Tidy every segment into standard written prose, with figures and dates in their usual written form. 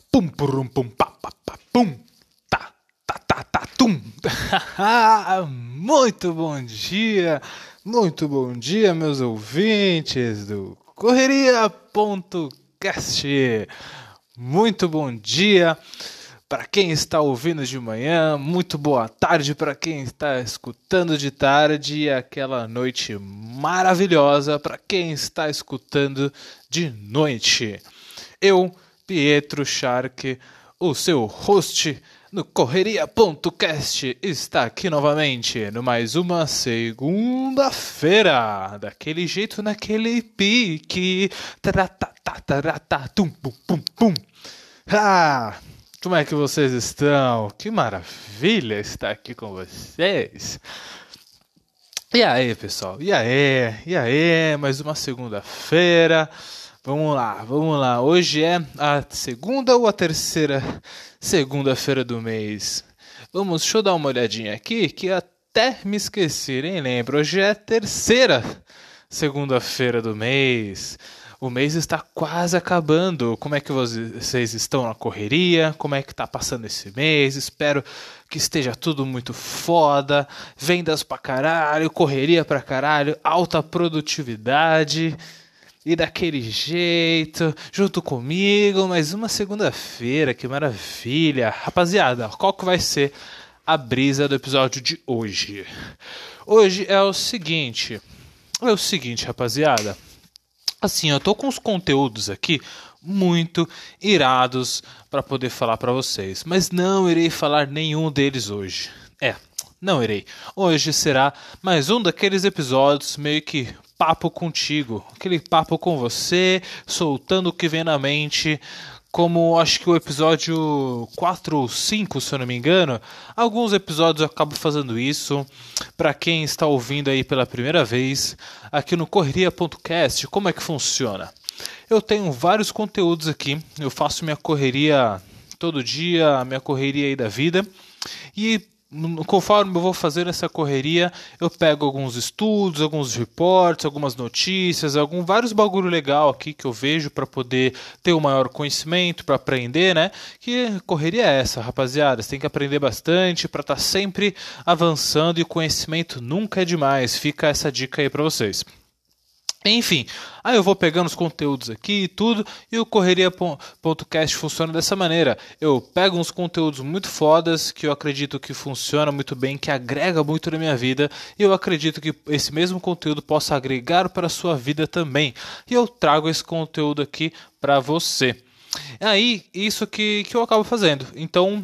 Pum, purum, pum, pá, pá, pá, pum. Tá, tá, tá, tá, tum. Muito bom dia, meus ouvintes do Correria.cast. Muito bom dia para quem está ouvindo de manhã, muito boa tarde para quem está escutando de tarde e aquela noite maravilhosa para quem está escutando de noite. Eu, Pietro Shark, o seu host no Correria.cast, está aqui novamente no mais uma segunda-feira, daquele jeito, naquele pique. Tum, pum, pum, pum. Como é que vocês estão? Que maravilha estar aqui com vocês. E aí, pessoal? E aí? Mais uma segunda-feira. Vamos lá. Hoje é a segunda ou a terceira segunda-feira do mês? Deixa eu dar uma olhadinha aqui, que até me esqueci, nem lembro. Hoje é a terceira segunda-feira do mês. O mês está quase acabando. Como é que vocês estão na correria? Como é que tá passando esse mês? Espero que esteja tudo muito foda. Vendas pra caralho, correria pra caralho, alta produtividade. E daquele jeito, junto comigo, mais uma segunda-feira, que maravilha. Rapaziada, qual que vai ser a brisa do episódio de hoje? Hoje é o seguinte, rapaziada. Assim, eu tô com os conteúdos aqui muito irados para poder falar para vocês, mas não irei falar nenhum deles hoje. Não irei. Hoje será mais um daqueles episódios meio que papo contigo, aquele papo com você, soltando o que vem na mente, como acho que o episódio 4 ou 5, se eu não me engano. Alguns episódios eu acabo fazendo isso. Para quem está ouvindo aí pela primeira vez, aqui no Correria.cast, como é que funciona? Eu tenho vários conteúdos aqui, eu faço minha correria todo dia, a minha correria aí da vida, e conforme eu vou fazendo essa correria, eu pego alguns estudos, alguns reports, algumas notícias, vários bagulho legal aqui que eu vejo para poder ter um maior conhecimento, para aprender, né? Que correria é essa, rapaziada? Você tem que aprender bastante para estar sempre avançando, e o conhecimento nunca é demais. Fica essa dica aí para vocês. Enfim, aí eu vou pegando os conteúdos aqui e tudo, e o Correria.cast funciona dessa maneira. Eu pego uns conteúdos muito fodas, que eu acredito que funciona muito bem, que agrega muito na minha vida, e eu acredito que esse mesmo conteúdo possa agregar para a sua vida também. E eu trago esse conteúdo aqui para você. Aí, isso que eu acabo fazendo. Então,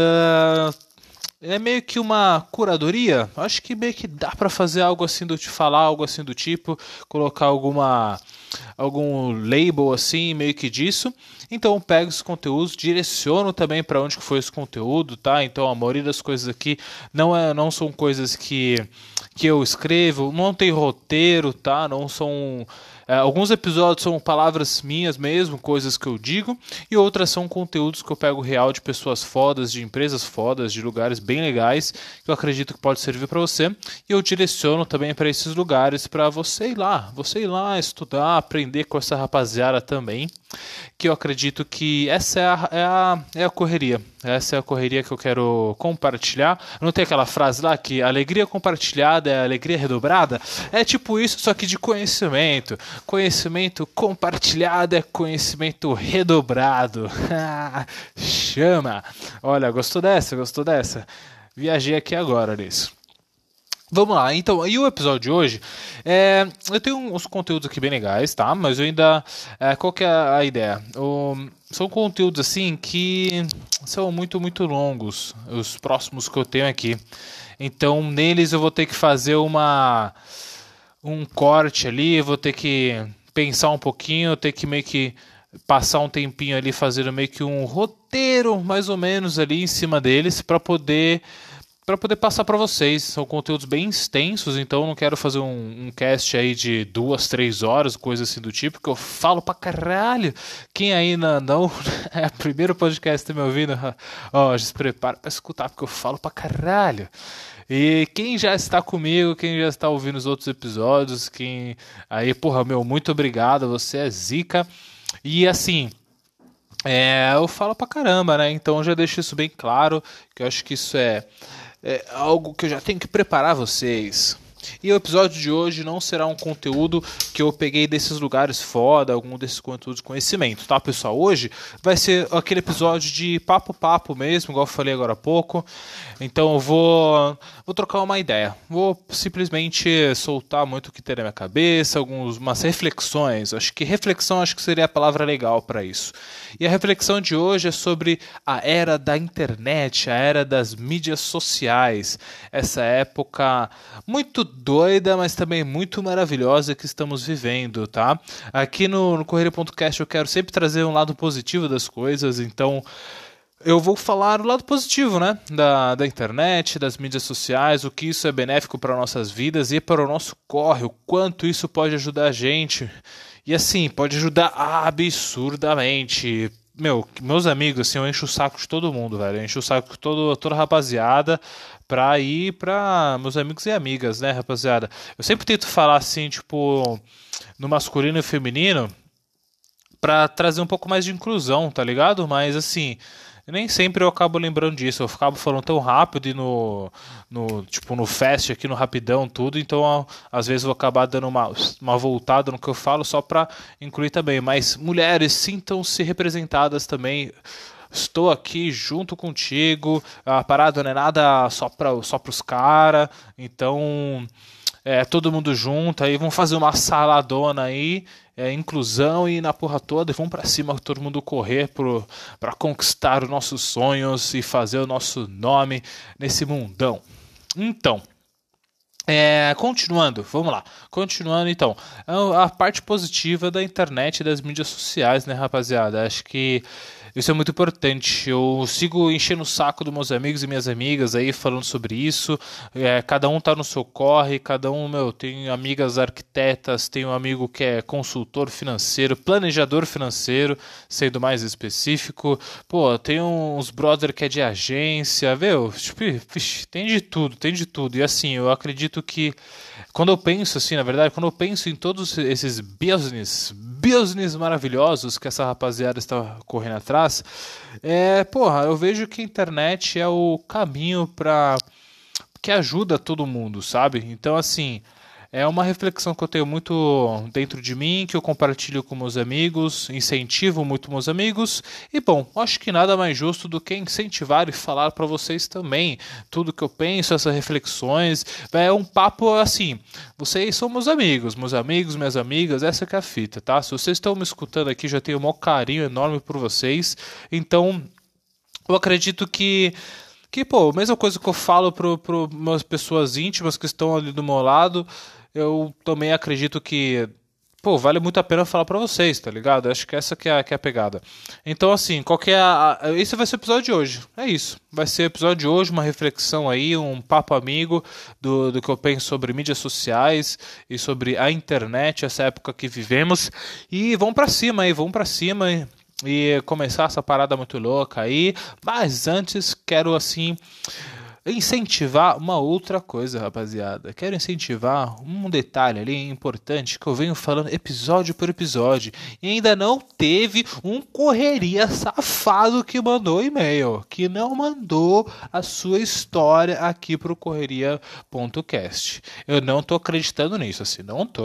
é meio que uma curadoria. Acho que meio que dá pra fazer algo assim algo assim do tipo, colocar algum label assim, meio que disso. Então eu pego esses conteúdos, direciono também para onde que foi esse conteúdo, tá? Então a maioria das coisas aqui não são coisas que eu escrevo, não tem roteiro, tá? Não são alguns episódios são palavras minhas mesmo, coisas que eu digo, e outras são conteúdos que eu pego real de pessoas fodas, de empresas fodas, de lugares bem legais, que eu acredito que pode servir para você, e eu direciono também para esses lugares para você ir lá estudar, aprender com essa rapaziada também, que eu acredito que essa é a correria. Essa é a correria que eu quero compartilhar. Não tem aquela frase lá que alegria compartilhada é alegria redobrada? É tipo isso, só que de conhecimento. Conhecimento compartilhado é conhecimento redobrado. Chama! Olha, gostou dessa? Viajei aqui agora nisso. Vamos lá, então, e o episódio de hoje, eu tenho uns conteúdos aqui bem legais, tá? Mas eu ainda, qual que é a ideia? São conteúdos, assim, que são muito, muito longos, os próximos que eu tenho aqui. Então, neles eu vou ter que fazer um corte ali, eu vou ter que pensar um pouquinho, eu ter que meio que passar um tempinho ali fazendo meio que um roteiro, mais ou menos, ali em cima deles, para poder passar para vocês. São conteúdos bem extensos, então eu não quero fazer um cast aí de 2, 3 horas, coisa assim do tipo, que eu falo pra caralho. Quem ainda não é o primeiro podcast que tá me ouvindo, ó, já se prepara pra escutar, porque eu falo pra caralho. E quem já está comigo, quem já está ouvindo os outros episódios, quem aí, porra, meu, muito obrigado, você é zica. E assim, eu falo pra caramba, né? Então eu já deixo isso bem claro, que eu acho que isso é algo que eu já tenho que preparar vocês. E o episódio de hoje não será um conteúdo que eu peguei desses lugares foda, algum desses conteúdos de conhecimento, tá, pessoal? Hoje vai ser aquele episódio de papo mesmo, igual eu falei agora há pouco. Então eu vou trocar uma ideia. Vou simplesmente soltar muito o que tem na minha cabeça, umas reflexões. Acho que seria a palavra legal para isso. E a reflexão de hoje é sobre a era da internet, a era das mídias sociais. Essa época muito doida, mas também muito maravilhosa que estamos vivendo, tá? Aqui no Correria.cast eu quero sempre trazer um lado positivo das coisas, então eu vou falar o lado positivo, né? Da internet, das mídias sociais, o que isso é benéfico para nossas vidas e para o nosso corre, o quanto isso pode ajudar a gente. E assim, pode ajudar absurdamente. Meus amigos, assim, eu encho o saco de todo mundo, velho. Eu encho o saco de toda a rapaziada pra ir pra meus amigos e amigas, né, rapaziada? Eu sempre tento falar assim, tipo, no masculino e feminino, pra trazer um pouco mais de inclusão, tá ligado? Mas assim, nem sempre eu acabo lembrando disso. Eu acabo falando tão rápido e tipo, no fast aqui, no rapidão, tudo. Então, às vezes eu vou acabar dando uma voltada no que eu falo só pra incluir também. Mas mulheres, sintam-se representadas também. Estou aqui junto contigo. A parada não é nada só pros caras. Então, todo mundo junto. Aí vamos fazer uma saladona aí. Inclusão e na porra toda. E vamos pra cima, todo mundo correr pra conquistar os nossos sonhos e fazer o nosso nome nesse mundão. Então. Continuando, vamos lá. Continuando então, a parte positiva da internet e das mídias sociais, né, rapaziada? Acho que isso é muito importante. Eu sigo enchendo o saco dos meus amigos e minhas amigas aí falando sobre isso. Cada um tá no seu corre, cada um, tem amigas arquitetas, tem um amigo que é consultor financeiro, planejador financeiro, sendo mais específico. Pô, tem uns brother que é de agência, viu? Tipo, tem de tudo, tem de tudo. E assim, eu acredito que quando eu penso assim, na verdade, quando eu penso em todos esses business maravilhosos que essa rapaziada está correndo atrás, porra, eu vejo que a internet é o caminho para que ajuda todo mundo, sabe? Então, assim, é uma reflexão que eu tenho muito dentro de mim, que eu compartilho com meus amigos, incentivo muito meus amigos. E bom, acho que nada mais justo do que incentivar e falar para vocês também tudo que eu penso, essas reflexões. É um papo assim. Vocês são meus amigos, minhas amigas, essa que é a fita, tá? Se vocês estão me escutando aqui, já tenho um maior carinho enorme por vocês. Então, eu acredito pô, a mesma coisa que eu falo pro umas pessoas íntimas que estão ali do meu lado, eu também acredito que, pô, vale muito a pena falar pra vocês, tá ligado? Acho que essa que é a pegada. Então, assim, qual que é esse vai ser o episódio de hoje. É isso. Vai ser o episódio de hoje, uma reflexão aí, um papo amigo do que eu penso sobre mídias sociais e sobre a internet, essa época que vivemos. E vamos pra cima aí, vamos pra cima e começar essa parada muito louca aí. Mas antes, quero assim incentivar uma outra coisa, rapaziada. Quero incentivar um detalhe ali importante que eu venho falando episódio por episódio e ainda não teve um correria safado que mandou e-mail, que não mandou a sua história aqui pro correria.cast. Eu não tô acreditando nisso, assim, não tô.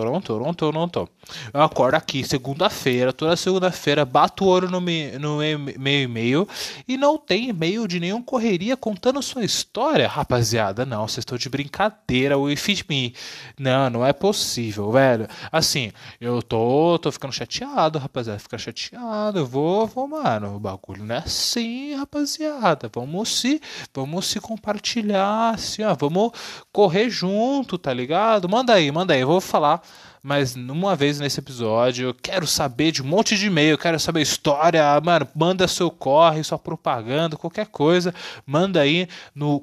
Eu acordo aqui segunda-feira, toda segunda-feira, bato o olho no meu e-mail e não tem e-mail de nenhum correria contando sua história, rapaziada. Não, vocês estão de brincadeira with me. Não é possível, velho. Assim, eu tô ficando chateado, rapaziada. Fica chateado, eu vou, mano. O bagulho não é assim, rapaziada. Vamos se compartilhar, assim, ó. Vamos correr junto, tá ligado? Manda aí, eu vou falar. Mas uma vez nesse episódio, eu quero saber de um monte de e-mail, eu quero saber história, mano, manda seu corre, sua propaganda, qualquer coisa, manda aí no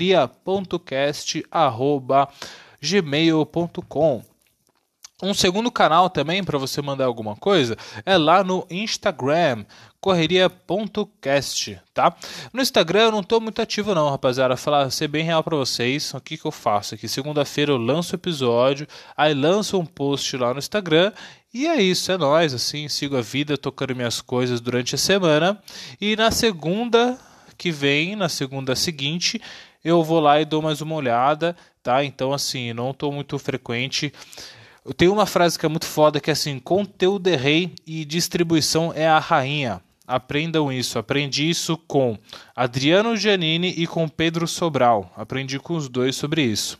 correria.cast@gmail.com. Um segundo canal também para você mandar alguma coisa é lá no Instagram, correria.cast, tá? No Instagram eu não tô muito ativo não, rapaziada, ser bem real para vocês. O que eu faço aqui? Segunda-feira eu lanço o episódio, aí lanço um post lá no Instagram E é isso, é nóis, assim, sigo a vida, tocando minhas coisas durante a semana. E na segunda que vem, na segunda seguinte, eu vou lá e dou mais uma olhada, tá? Então, assim, não tô muito frequente. Eu tenho uma frase que é muito foda, que é assim, conteúdo é rei e distribuição é a rainha. Aprendam isso. Aprendi isso com Adriano Giannini e com Pedro Sobral. Aprendi com os dois sobre isso.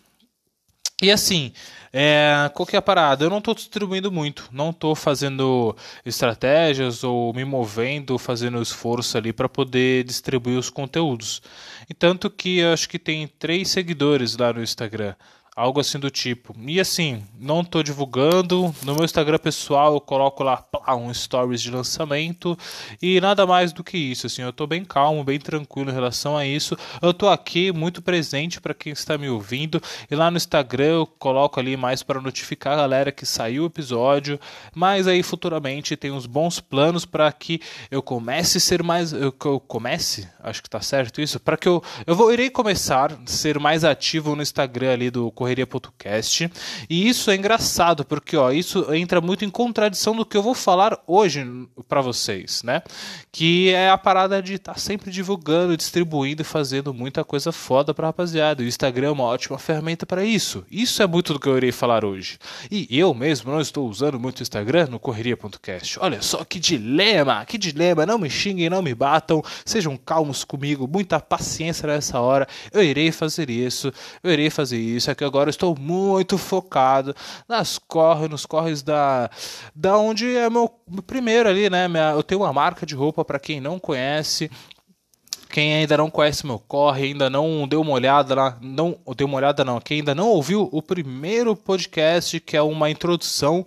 E assim, qual que é a parada? Eu não estou distribuindo muito, não estou fazendo estratégias ou me movendo, fazendo esforço ali para poder distribuir os conteúdos. E tanto que eu acho que tem 3 seguidores lá no Instagram. Algo assim do tipo. E assim, não estou divulgando. No meu Instagram pessoal eu coloco lá um stories de lançamento. E nada mais do que isso. Assim, eu estou bem calmo, bem tranquilo em relação a isso. Eu estou aqui muito presente para quem está me ouvindo. E lá no Instagram eu coloco ali mais para notificar a galera que saiu o episódio. Mas aí futuramente tem uns bons planos para que eu comece a ser mais. Acho que está certo isso. Para que irei começar a ser mais ativo no Instagram ali do Correria Podcast. E isso é engraçado, porque isso entra muito em contradição do que eu vou falar hoje para vocês, né? Que é a parada de estar sempre divulgando, distribuindo e fazendo muita coisa foda pra rapaziada. O Instagram é uma ótima ferramenta para isso. Isso é muito do que eu irei falar hoje. E eu mesmo não estou usando muito o Instagram no Correria Podcast. Olha só que dilema, não me xinguem, não me batam, sejam calmos comigo, muita paciência nessa hora. Eu irei fazer isso, é que agora eu estou muito focado nos corres da onde é meu primeiro ali, né? Eu tenho uma marca de roupa para quem não conhece. Quem ainda não conhece meu corre, ainda não deu uma olhada lá, quem ainda não ouviu o primeiro podcast, que é uma introdução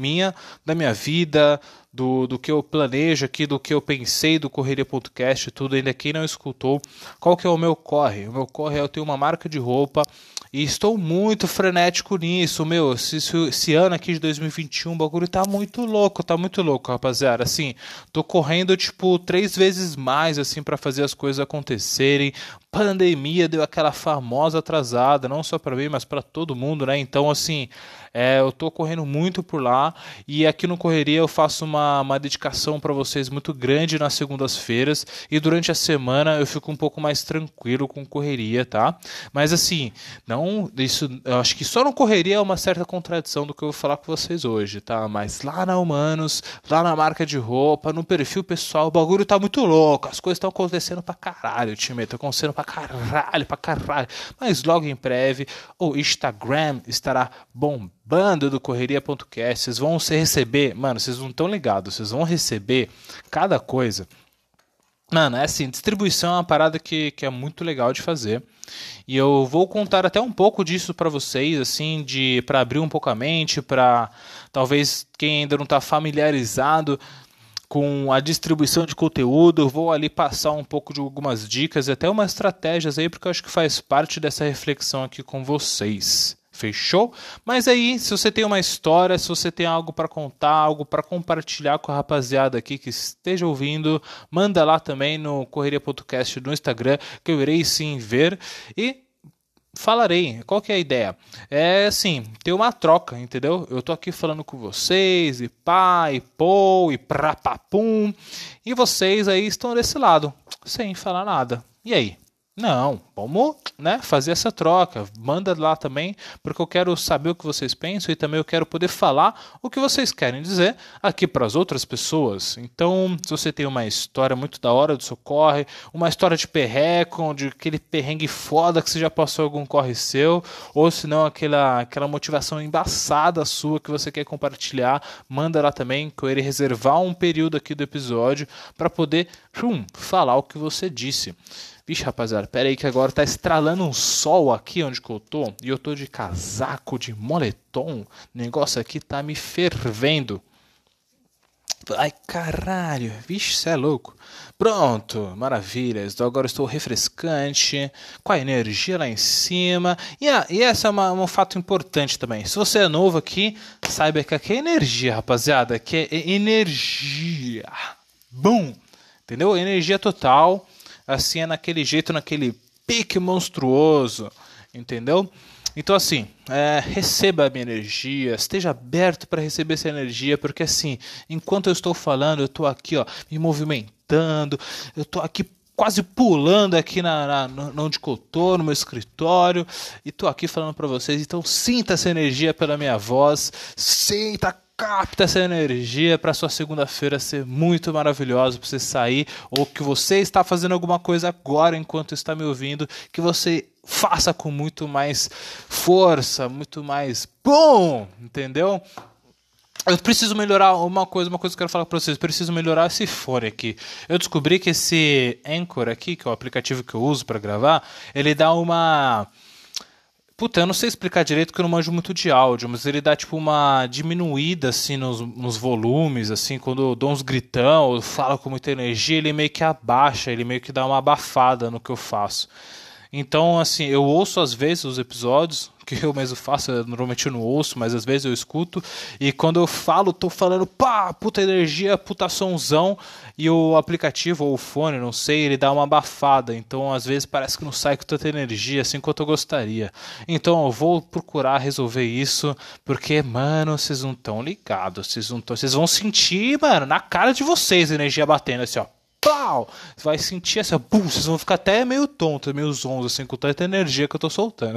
da minha vida, do que eu planejo aqui, do que eu pensei do Correria Podcast, tudo, ainda quem não escutou, qual que é o meu corre? O meu corre é eu tenho uma marca de roupa e estou muito frenético nisso, esse ano aqui de 2021, o bagulho tá muito louco, rapaziada, assim, tô correndo, 3 vezes mais, assim, pra fazer as coisas acontecerem. Pandemia deu aquela famosa atrasada, não só pra mim, mas pra todo mundo, né, então, assim, eu tô correndo muito por lá e aqui no Correria eu faço uma dedicação para vocês muito grande nas segundas-feiras e durante a semana eu fico um pouco mais tranquilo com Correria, tá? Mas assim, eu acho que só no Correria é uma certa contradição do que eu vou falar com vocês hoje, tá? Mas lá na Humanos, lá na marca de roupa, no perfil pessoal, o bagulho tá muito louco, as coisas estão acontecendo pra caralho, time, tá acontecendo pra caralho. Mas logo em breve o Instagram estará bombando do Correria.cast, vocês vão receber, mano, vocês não estão ligados, vocês vão receber cada coisa. Mano, é assim, distribuição é uma parada que é muito legal de fazer. E eu vou contar até um pouco disso pra vocês, assim, para abrir um pouco a mente, pra talvez quem ainda não tá familiarizado com a distribuição de conteúdo, eu vou ali passar um pouco de algumas dicas e até umas estratégias aí, porque eu acho que faz parte dessa reflexão aqui com vocês. Fechou? Mas aí, se você tem uma história, se você tem algo para contar, algo para compartilhar com a rapaziada aqui que esteja ouvindo, manda lá também no Correria Podcast no Instagram, que eu irei sim ver e falarei. Qual que é a ideia? É assim, ter uma troca, entendeu? Eu tô aqui falando com vocês, e pá, e pô, e prapapum, e vocês aí estão desse lado, sem falar nada. E aí? Não, vamos, né, fazer essa troca. Manda lá também, porque eu quero saber o que vocês pensam e também eu quero poder falar o que vocês querem dizer aqui para as outras pessoas. Então, se você tem uma história muito da hora do seu corre, uma história de perreco, de aquele perrengue foda que você já passou algum corre seu, ou se não aquela motivação embaçada sua que você quer compartilhar, manda lá também, que eu irei reservar um período aqui do episódio para poder falar o que você disse. Vixe, rapaziada, pera aí que agora tá estralando um sol aqui onde que eu tô. E eu tô de casaco, de moletom. O negócio aqui tá me fervendo. Ai, caralho. Vixe, cê é louco. Pronto, maravilha. Então agora estou refrescante, com a energia lá em cima. E essa é um fato importante também. Se você é novo aqui, saiba que aqui é energia, rapaziada. Aqui é energia. Bum! Entendeu? Energia total. Assim é naquele jeito, naquele pique monstruoso, entendeu? Então, assim, receba a minha energia, esteja aberto para receber essa energia, porque, assim, enquanto eu estou falando, eu estou aqui, ó, me movimentando, eu estou aqui quase pulando aqui onde que eu tô, no meu escritório, e estou aqui falando para vocês. Então, sinta essa energia pela minha voz, sinta, capta essa energia para sua segunda-feira ser muito maravilhosa, para você sair, ou que você está fazendo alguma coisa agora enquanto está me ouvindo, que você faça com muito mais força, muito mais bom, entendeu? Eu preciso melhorar uma coisa que eu quero falar para vocês. Preciso melhorar esse fone aqui. Eu descobri que esse Anchor aqui, que é o aplicativo que eu uso para gravar, ele dá uma... Puta, eu não sei explicar direito porque eu não manjo muito de áudio, mas ele dá tipo uma diminuída assim nos volumes, assim, quando eu dou uns gritão, eu falo com muita energia, ele meio que abaixa, ele meio que dá uma abafada no que eu faço. Então, assim, eu ouço às vezes os episódios, que eu mesmo faço, normalmente eu não ouço, mas às vezes eu escuto, e quando eu falo, tô falando, pá, puta energia, puta sonzão, e o aplicativo ou o fone, não sei, ele dá uma abafada, então às vezes parece que não sai com tanta energia assim quanto eu gostaria. Então eu vou procurar resolver isso, porque, mano, vocês não estão ligados, vocês vão sentir, mano, na cara de vocês a energia batendo assim, ó. Pau! Você vai sentir essa, bum, vocês vão ficar até meio tontos, meio zonzos, assim, com tanta energia que eu tô soltando.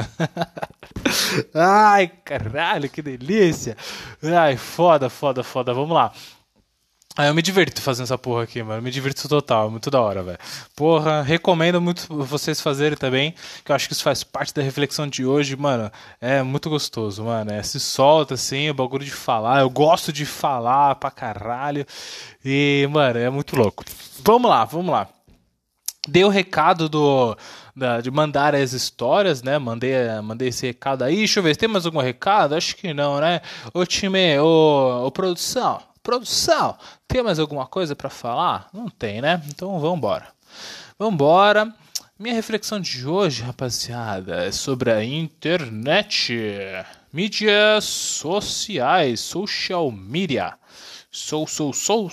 Ai, caralho, que delícia! Ai, foda, vamos lá. Eu me divirto fazendo essa porra aqui, mano. Me divirto total, muito da hora, velho. Porra, recomendo muito vocês fazerem também, que eu acho que isso faz parte da reflexão de hoje, mano. É muito gostoso, mano. Se solta, assim, o bagulho de falar. Eu gosto de falar pra caralho. E, mano, é muito louco. Vamos lá. Dei o recado de mandar as histórias, né? Mandei esse recado aí. Deixa eu ver, tem mais algum recado? Acho que não, né? Ô time, ô produção. Produção, tem mais alguma coisa para falar? Não tem, né? Então vambora. Minha reflexão de hoje, rapaziada, é sobre a internet. Mídias sociais, social media. Social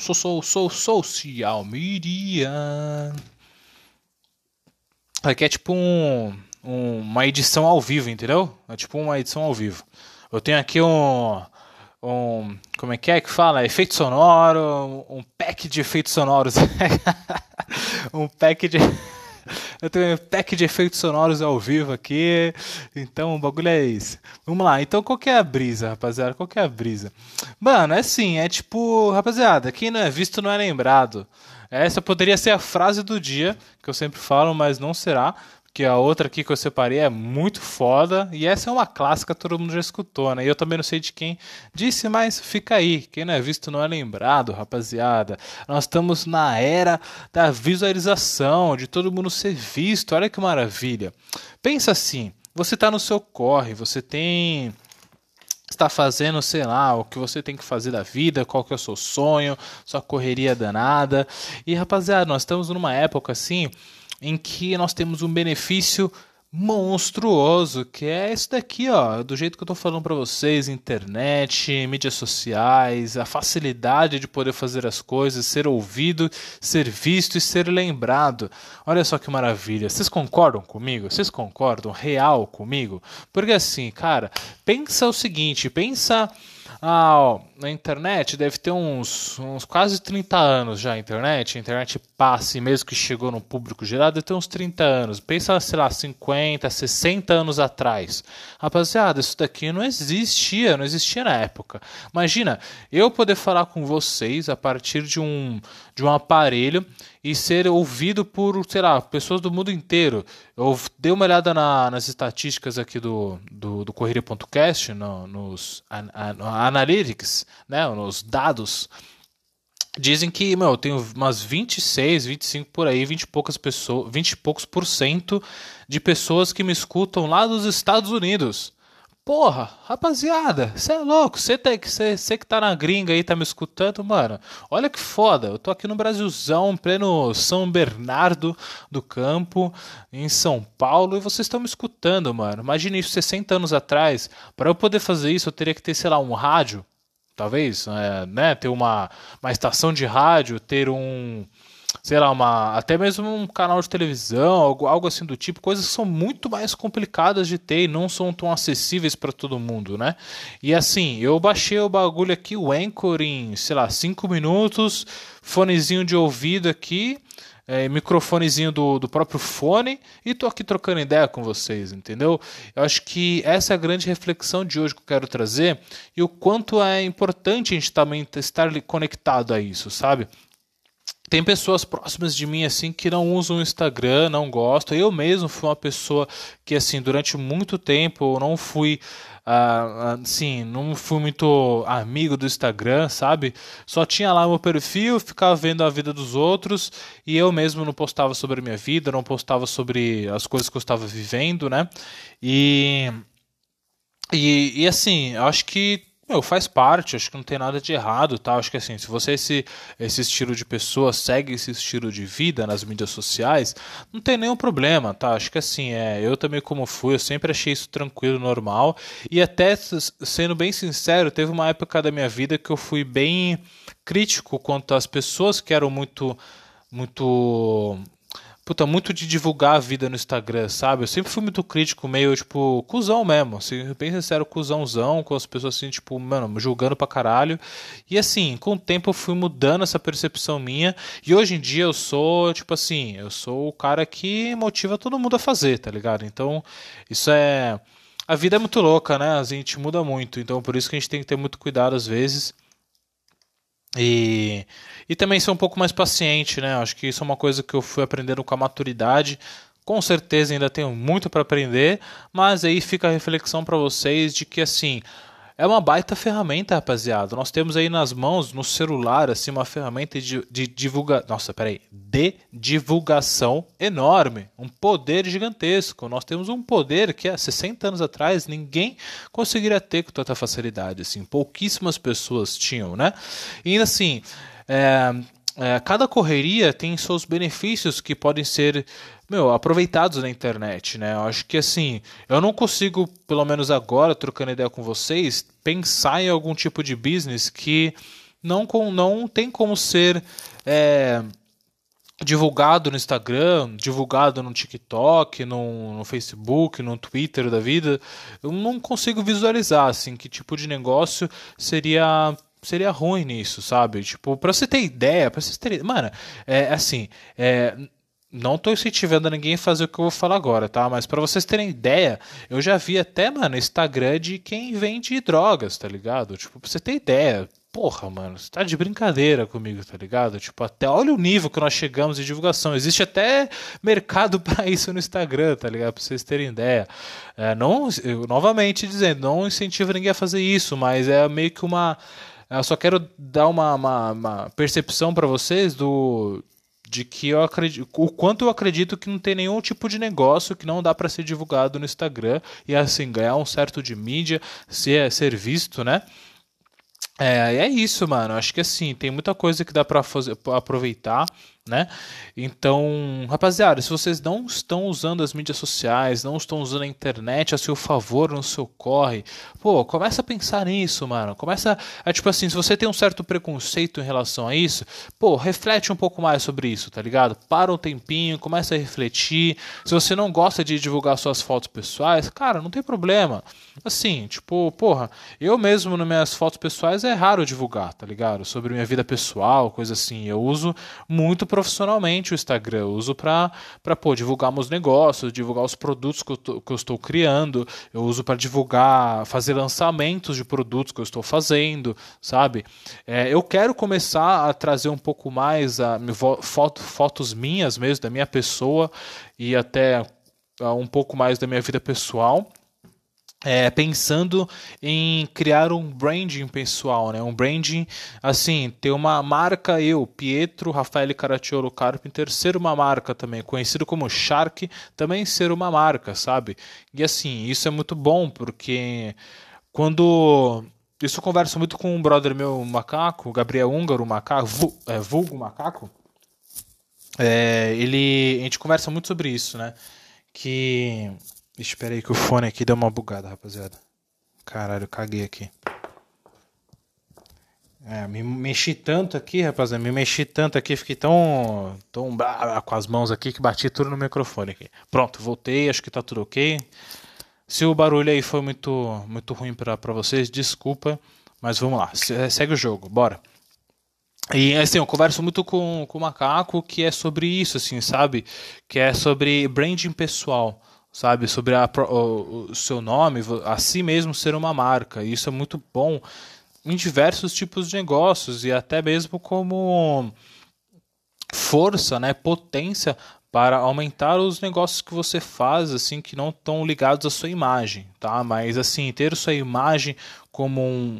media. Aqui é tipo uma edição ao vivo, entendeu? É tipo uma edição ao vivo. Eu tenho aqui como é que fala? Efeito sonoro, um pack de efeitos sonoros. um pack de... Eu tenho um pack de efeitos sonoros ao vivo aqui, então o bagulho é esse. Vamos lá, então qual que é a brisa, rapaziada? Qual que é a brisa? Mano, é assim, é tipo, rapaziada, quem não é visto não é lembrado. Essa poderia ser a frase do dia, que eu sempre falo, mas não será. Que a outra aqui que eu separei é muito foda. E essa é uma clássica, todo mundo já escutou, né? E eu também não sei de quem disse, mas fica aí. Quem não é visto não é lembrado, rapaziada. Nós estamos na era da visualização, de todo mundo ser visto. Olha que maravilha. Pensa assim, você tá no seu corre, você está fazendo, sei lá, o que você tem que fazer da vida, qual que é o seu sonho, sua correria danada. E, rapaziada, nós estamos numa época assim em que nós temos um benefício monstruoso, que é isso daqui, ó, do jeito que eu tô falando para vocês, internet, mídias sociais, a facilidade de poder fazer as coisas, ser ouvido, ser visto e ser lembrado. Olha só que maravilha. Vocês concordam comigo? Vocês concordam real comigo? Porque assim, cara, pensa o seguinte, na internet deve ter uns quase 30 anos já a internet passe, mesmo que chegou no público geral, deve ter uns 30 anos. Pensa, sei lá, 50, 60 anos atrás. Rapaziada, isso daqui não existia na época. Imagina, eu poder falar com vocês a partir de um aparelho e ser ouvido por, sei lá, pessoas do mundo inteiro. Eu dei uma olhada nas estatísticas aqui do Correria.cast, nos analytics, né, nos dados. Dizem que, eu tenho umas 26, 25 por aí, 20 e poucas pessoas, 20 e poucos por cento de pessoas que me escutam lá dos Estados Unidos. Porra, rapaziada, você é louco, você que tá na gringa aí, tá me escutando, mano, olha que foda, eu tô aqui no Brasilzão, em pleno São Bernardo do Campo, em São Paulo, e vocês estão me escutando, mano. Imagine isso 60 anos atrás. Para eu poder fazer isso, eu teria que ter, sei lá, um rádio, talvez, né, ter uma estação de rádio, ter sei lá, até mesmo um canal de televisão, algo assim do tipo, coisas que são muito mais complicadas de ter e não são tão acessíveis para todo mundo, né? E assim, eu baixei o bagulho aqui, o Anchor, em, sei lá, 5 minutos, fonezinho de ouvido aqui, microfonezinho do próprio fone, e tô aqui trocando ideia com vocês, entendeu? Eu acho que essa é a grande reflexão de hoje que eu quero trazer, e o quanto é importante a gente também estar conectado a isso, sabe? Tem pessoas próximas de mim assim que não usam o Instagram, não gostam. Eu mesmo fui uma pessoa que assim durante muito tempo eu não fui assim, não fui muito amigo do Instagram, sabe? Só tinha lá meu perfil, ficava vendo a vida dos outros e eu mesmo não postava sobre a minha vida, não postava sobre as coisas que eu estava vivendo, né? E e assim, eu acho que meu, faz parte, acho que não tem nada de errado, tá? Acho que assim, se você é esse estilo de pessoa, segue esse estilo de vida nas mídias sociais, não tem nenhum problema, tá? Acho que assim, eu também como fui, eu sempre achei isso tranquilo, normal, e até sendo bem sincero, teve uma época da minha vida que eu fui bem crítico quanto às pessoas que eram muito puta, muito de divulgar a vida no Instagram, sabe? Eu sempre fui muito crítico, meio, tipo, cuzão mesmo. Assim, bem sincero, cuzãozão, com as pessoas assim, tipo, mano, julgando pra caralho. E assim, com o tempo eu fui mudando essa percepção minha. E hoje em dia eu sou, tipo assim, eu sou o cara que motiva todo mundo a fazer, tá ligado? Então, isso é. A vida é muito louca, né? A gente muda muito. Então, por isso que a gente tem que ter muito cuidado às vezes. E, e também ser um pouco mais paciente, né? Acho que isso é uma coisa que eu fui aprendendo com a maturidade. Com certeza ainda tenho muito para aprender, mas aí fica a reflexão para vocês de que assim, é uma baita ferramenta, rapaziada. Nós temos aí nas mãos, no celular, assim, uma ferramenta de divulga... Nossa, peraí. De divulgação enorme. Um poder gigantesco. Nós temos um poder que há 60 anos atrás ninguém conseguiria ter com tanta facilidade. Assim, pouquíssimas pessoas tinham, né? E assim, é, cada correria tem seus benefícios que podem ser aproveitados na internet, né? Eu acho que assim, eu não consigo, pelo menos agora, trocando ideia com vocês, pensar em algum tipo de business que não tem como ser é, divulgado no Instagram, divulgado no TikTok, no Facebook, no Twitter da vida. Eu não consigo visualizar assim que tipo de negócio seria ruim nisso, sabe? Tipo, pra você ter ideia, pra vocês terem. Mano, assim. Não tô incentivando ninguém a fazer o que eu vou falar agora, tá? Mas pra vocês terem ideia, eu já vi até, mano, Instagram de quem vende drogas, tá ligado? Tipo, pra você ter ideia. Porra, mano, você tá de brincadeira comigo, tá ligado? Tipo, até olha o nível que nós chegamos de divulgação. Existe até mercado pra isso no Instagram, tá ligado? Pra vocês terem ideia. Não, novamente dizendo, não incentivo ninguém a fazer isso, mas é meio que uma. Eu só quero dar uma percepção pra vocês de que eu acredito, o quanto eu acredito que não tem nenhum tipo de negócio que não dá para ser divulgado no Instagram e assim ganhar um certo de mídia, ser visto, né? É isso, mano. Acho que assim, tem muita coisa que dá pra fazer, pra aproveitar, né? Então, rapaziada, se vocês não estão usando as mídias sociais, não estão usando a internet a seu favor, no seu corre, pô, começa a pensar nisso, mano. Começa tipo assim, se você tem um certo preconceito em relação a isso, pô, reflete um pouco mais sobre isso, tá ligado? Para um tempinho, começa a refletir. Se você não gosta de divulgar suas fotos pessoais, cara, não tem problema. Assim, tipo, porra, eu mesmo nas minhas fotos pessoais é raro divulgar, tá ligado? Sobre minha vida pessoal, coisa assim. Eu uso muito profissionalmente o Instagram. Eu uso pô, divulgar meus negócios, divulgar os produtos que eu estou criando. Eu uso para divulgar, fazer lançamentos de produtos que eu estou fazendo, sabe? Eu quero começar a trazer um pouco mais fotos minhas mesmo, da minha pessoa e até um pouco mais da minha vida pessoal, pensando em criar um branding pessoal, né? Um branding, assim, ter uma marca, Pietro Raffaele Caracciolo Carpenter, ser uma marca também, conhecido como Shark, também ser uma marca, sabe? E assim, isso é muito bom, porque quando... Isso eu converso muito com um brother meu, macaco, Gabriel Húngaro, macaco, vulgo macaco. A gente conversa muito sobre isso, né? Que... Espera aí que o fone aqui deu uma bugada, rapaziada. Caralho, caguei aqui. Me mexi tanto aqui, rapaziada, me mexi tanto aqui, fiquei tão com as mãos aqui que bati tudo no microfone aqui. Pronto, voltei, acho que tá tudo ok. Se o barulho aí foi muito ruim pra vocês, desculpa, mas vamos lá, segue o jogo, bora. E assim, eu converso muito com o Macaco que é sobre isso, assim, sabe? Que é sobre branding pessoal, sabe? Sobre o seu nome, a si mesmo ser uma marca. E isso é muito bom em diversos tipos de negócios e até mesmo como força, né, potência para aumentar os negócios que você faz, assim, que não estão ligados à sua imagem, tá? Mas assim, ter sua imagem como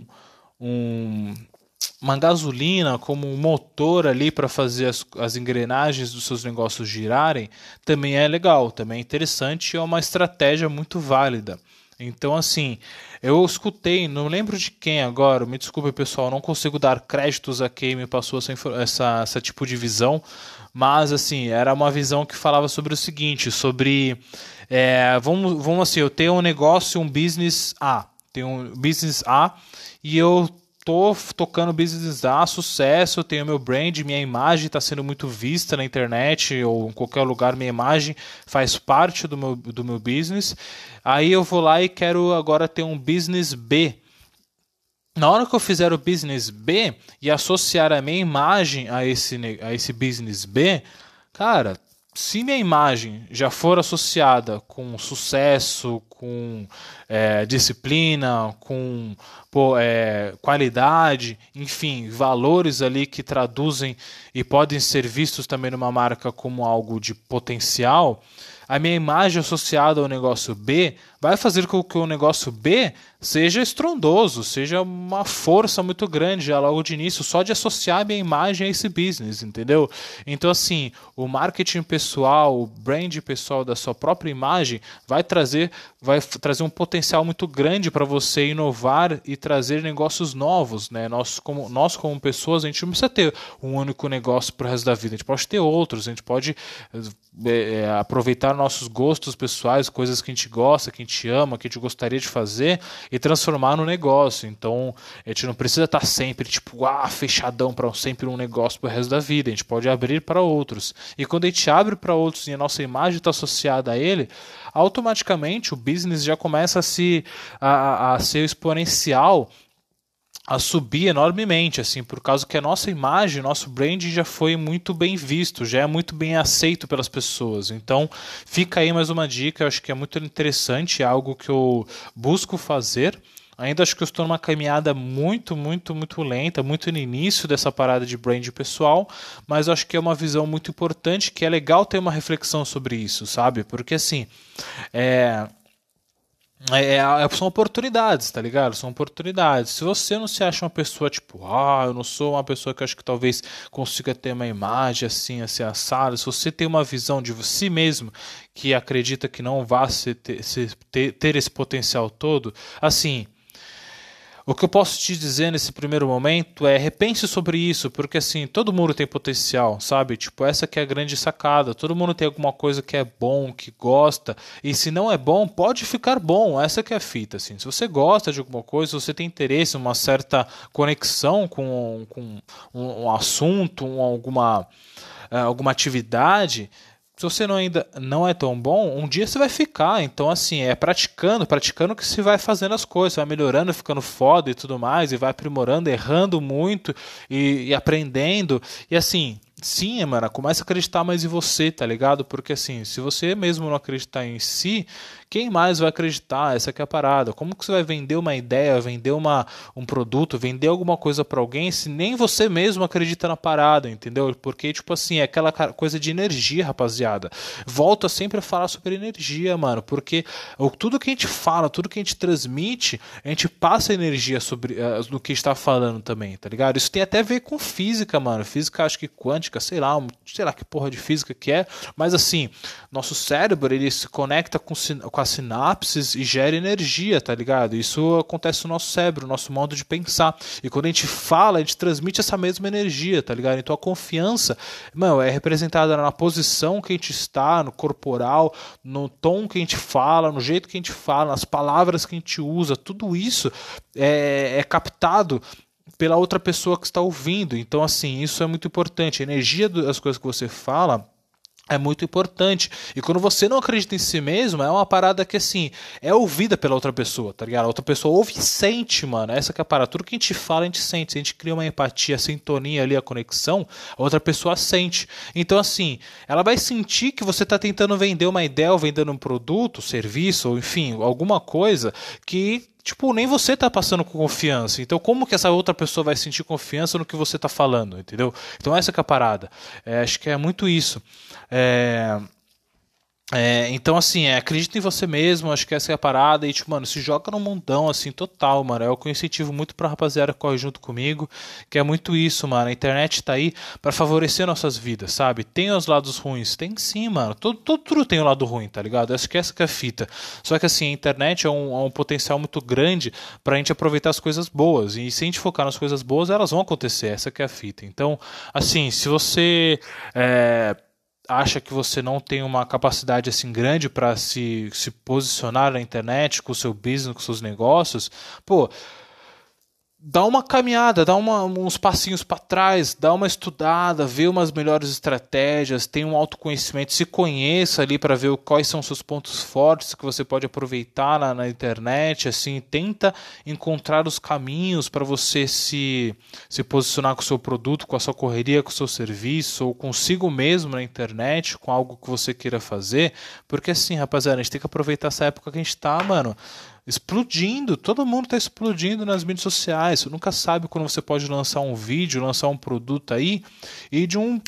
um uma gasolina, como um motor ali para fazer as engrenagens dos seus negócios girarem, também é legal, também é interessante e é uma estratégia muito válida. Então, assim, eu escutei, não lembro de quem agora, me desculpe pessoal, não consigo dar créditos a quem me passou essa tipo de visão, mas assim, era uma visão que falava sobre o seguinte, sobre, vamos assim, eu tenho um negócio, um business A, tenho um business A e eu tô tocando business A, sucesso, tenho meu brand, minha imagem está sendo muito vista na internet ou em qualquer lugar, minha imagem faz parte do meu business. Aí eu vou lá e quero agora ter um business B. Na hora que eu fizer o business B e associar a minha imagem a esse business B, cara, se minha imagem já for associada com sucesso, com disciplina, com qualidade, enfim, valores ali que traduzem e podem ser vistos também numa marca como algo de potencial, a minha imagem associada ao negócio B vai fazer com que o negócio B seja estrondoso, seja uma força muito grande já logo de início, só de associar a minha imagem a esse business, entendeu? Então, assim, o marketing pessoal, o brand pessoal da sua própria imagem vai trazer um potencial muito grande para você inovar e trazer negócios novos, né? Nós como pessoas, a gente não precisa ter um único negócio para o resto da vida, a gente pode ter outros, a gente pode aproveitar nossos gostos pessoais, coisas que a gente gosta, que a gente ama, que a gente gostaria de fazer e transformar no negócio. Então, a gente não precisa estar sempre fechadão para sempre um negócio para o resto da vida. A gente pode abrir para outros. E quando a gente abre para outros e a nossa imagem está associada a ele, automaticamente o business já começa a ser exponencial, a subir enormemente, assim, por causa que a nossa imagem, nosso brand já foi muito bem visto, já é muito bem aceito pelas pessoas. Então, fica aí mais uma dica, eu acho que é muito interessante, é algo que eu busco fazer. Ainda acho que eu estou numa caminhada muito, muito, muito lenta, muito no início dessa parada de brand pessoal, mas eu acho que é uma visão muito importante, que é legal ter uma reflexão sobre isso, sabe? Porque assim, é, são oportunidades, tá ligado? São oportunidades. Se você não se acha uma pessoa tipo, eu não sou uma pessoa que eu acho que talvez consiga ter uma imagem assim assada. Se você tem uma visão de si mesmo que acredita que não vá ter esse potencial todo, assim. O que eu posso te dizer nesse primeiro momento é repense sobre isso, porque assim, todo mundo tem potencial, sabe? Tipo, essa que é a grande sacada. Todo mundo tem alguma coisa que é bom, que gosta, e se não é bom, pode ficar bom. Essa que é a fita, assim. Se você gosta de alguma coisa, se você tem interesse, uma certa conexão com um assunto, alguma atividade, se você ainda não é tão bom, um dia você vai ficar. Então, assim, é praticando que se vai fazendo as coisas, vai melhorando, ficando foda e tudo mais, e vai aprimorando, errando muito e aprendendo. E assim, sim, mano, começa a acreditar mais em você, tá ligado? Porque assim, se você mesmo não acreditar em si, quem mais vai acreditar? Essa que é a parada. Como que você vai vender uma ideia, vender um produto, vender alguma coisa pra alguém se nem você mesmo acredita na parada, entendeu? Porque, tipo assim, é aquela coisa de energia, rapaziada. Volto sempre a falar sobre energia, mano, porque tudo que a gente fala, tudo que a gente transmite, a gente passa energia sobre no que está falando também, tá ligado? Isso tem até a ver com física, mano. Física, acho que quântica, sei lá que porra de física que é, mas assim, nosso cérebro, ele se conecta com as sinapses e gera energia, tá ligado? Isso acontece no nosso cérebro, no nosso modo de pensar. E quando a gente fala, a gente transmite essa mesma energia, tá ligado? Então a confiança, mano, é representada na posição que a gente está, no corporal, no tom que a gente fala, no jeito que a gente fala, nas palavras que a gente usa, tudo isso é captado pela outra pessoa que está ouvindo. Então, assim, isso é muito importante. A energia das coisas que você fala é muito importante. E quando você não acredita em si mesmo, é uma parada que, assim, é ouvida pela outra pessoa, tá ligado? A outra pessoa ouve e sente, mano. Essa que é a parada. Tudo que a gente fala, a gente sente. Se a gente cria uma empatia, a sintonia ali, a conexão, a outra pessoa sente. Então, assim, ela vai sentir que você tá tentando vender uma ideia, ou vendendo um produto, serviço, ou enfim, alguma coisa que tipo, nem você tá passando com confiança. Então, como que essa outra pessoa vai sentir confiança no que você tá falando, entendeu? Então, essa que é a parada. Acho que é muito isso. É, então, assim, acredita em você mesmo, acho que essa é a parada. E, tipo, mano, se joga no mundão, assim, total, mano. É o que eu incentivo muito pra rapaziada que corre junto comigo, que é muito isso, mano. A internet tá aí pra favorecer nossas vidas, sabe? Tem os lados ruins? Tem sim, mano. Tudo tem um lado ruim, tá ligado? Acho que essa que é a fita. Só que, assim, a internet é um potencial muito grande pra gente aproveitar as coisas boas. E se a gente focar nas coisas boas, elas vão acontecer. Essa que é a fita. Então, assim, se você acha que você não tem uma capacidade assim grande para se posicionar na internet com o seu business, com os seus negócios, pô, dá uma caminhada, uns passinhos para trás, dá uma estudada, vê umas melhores estratégias, tem um autoconhecimento, se conheça ali para ver quais são os seus pontos fortes que você pode aproveitar na internet, assim, tenta encontrar os caminhos para você se posicionar com o seu produto, com a sua correria, com o seu serviço, ou consigo mesmo na internet, com algo que você queira fazer, porque assim, rapaziada, a gente tem que aproveitar essa época que a gente tá, mano, explodindo, todo mundo está explodindo nas mídias sociais. Você nunca sabe quando você pode lançar um vídeo, lançar um produto aí e de um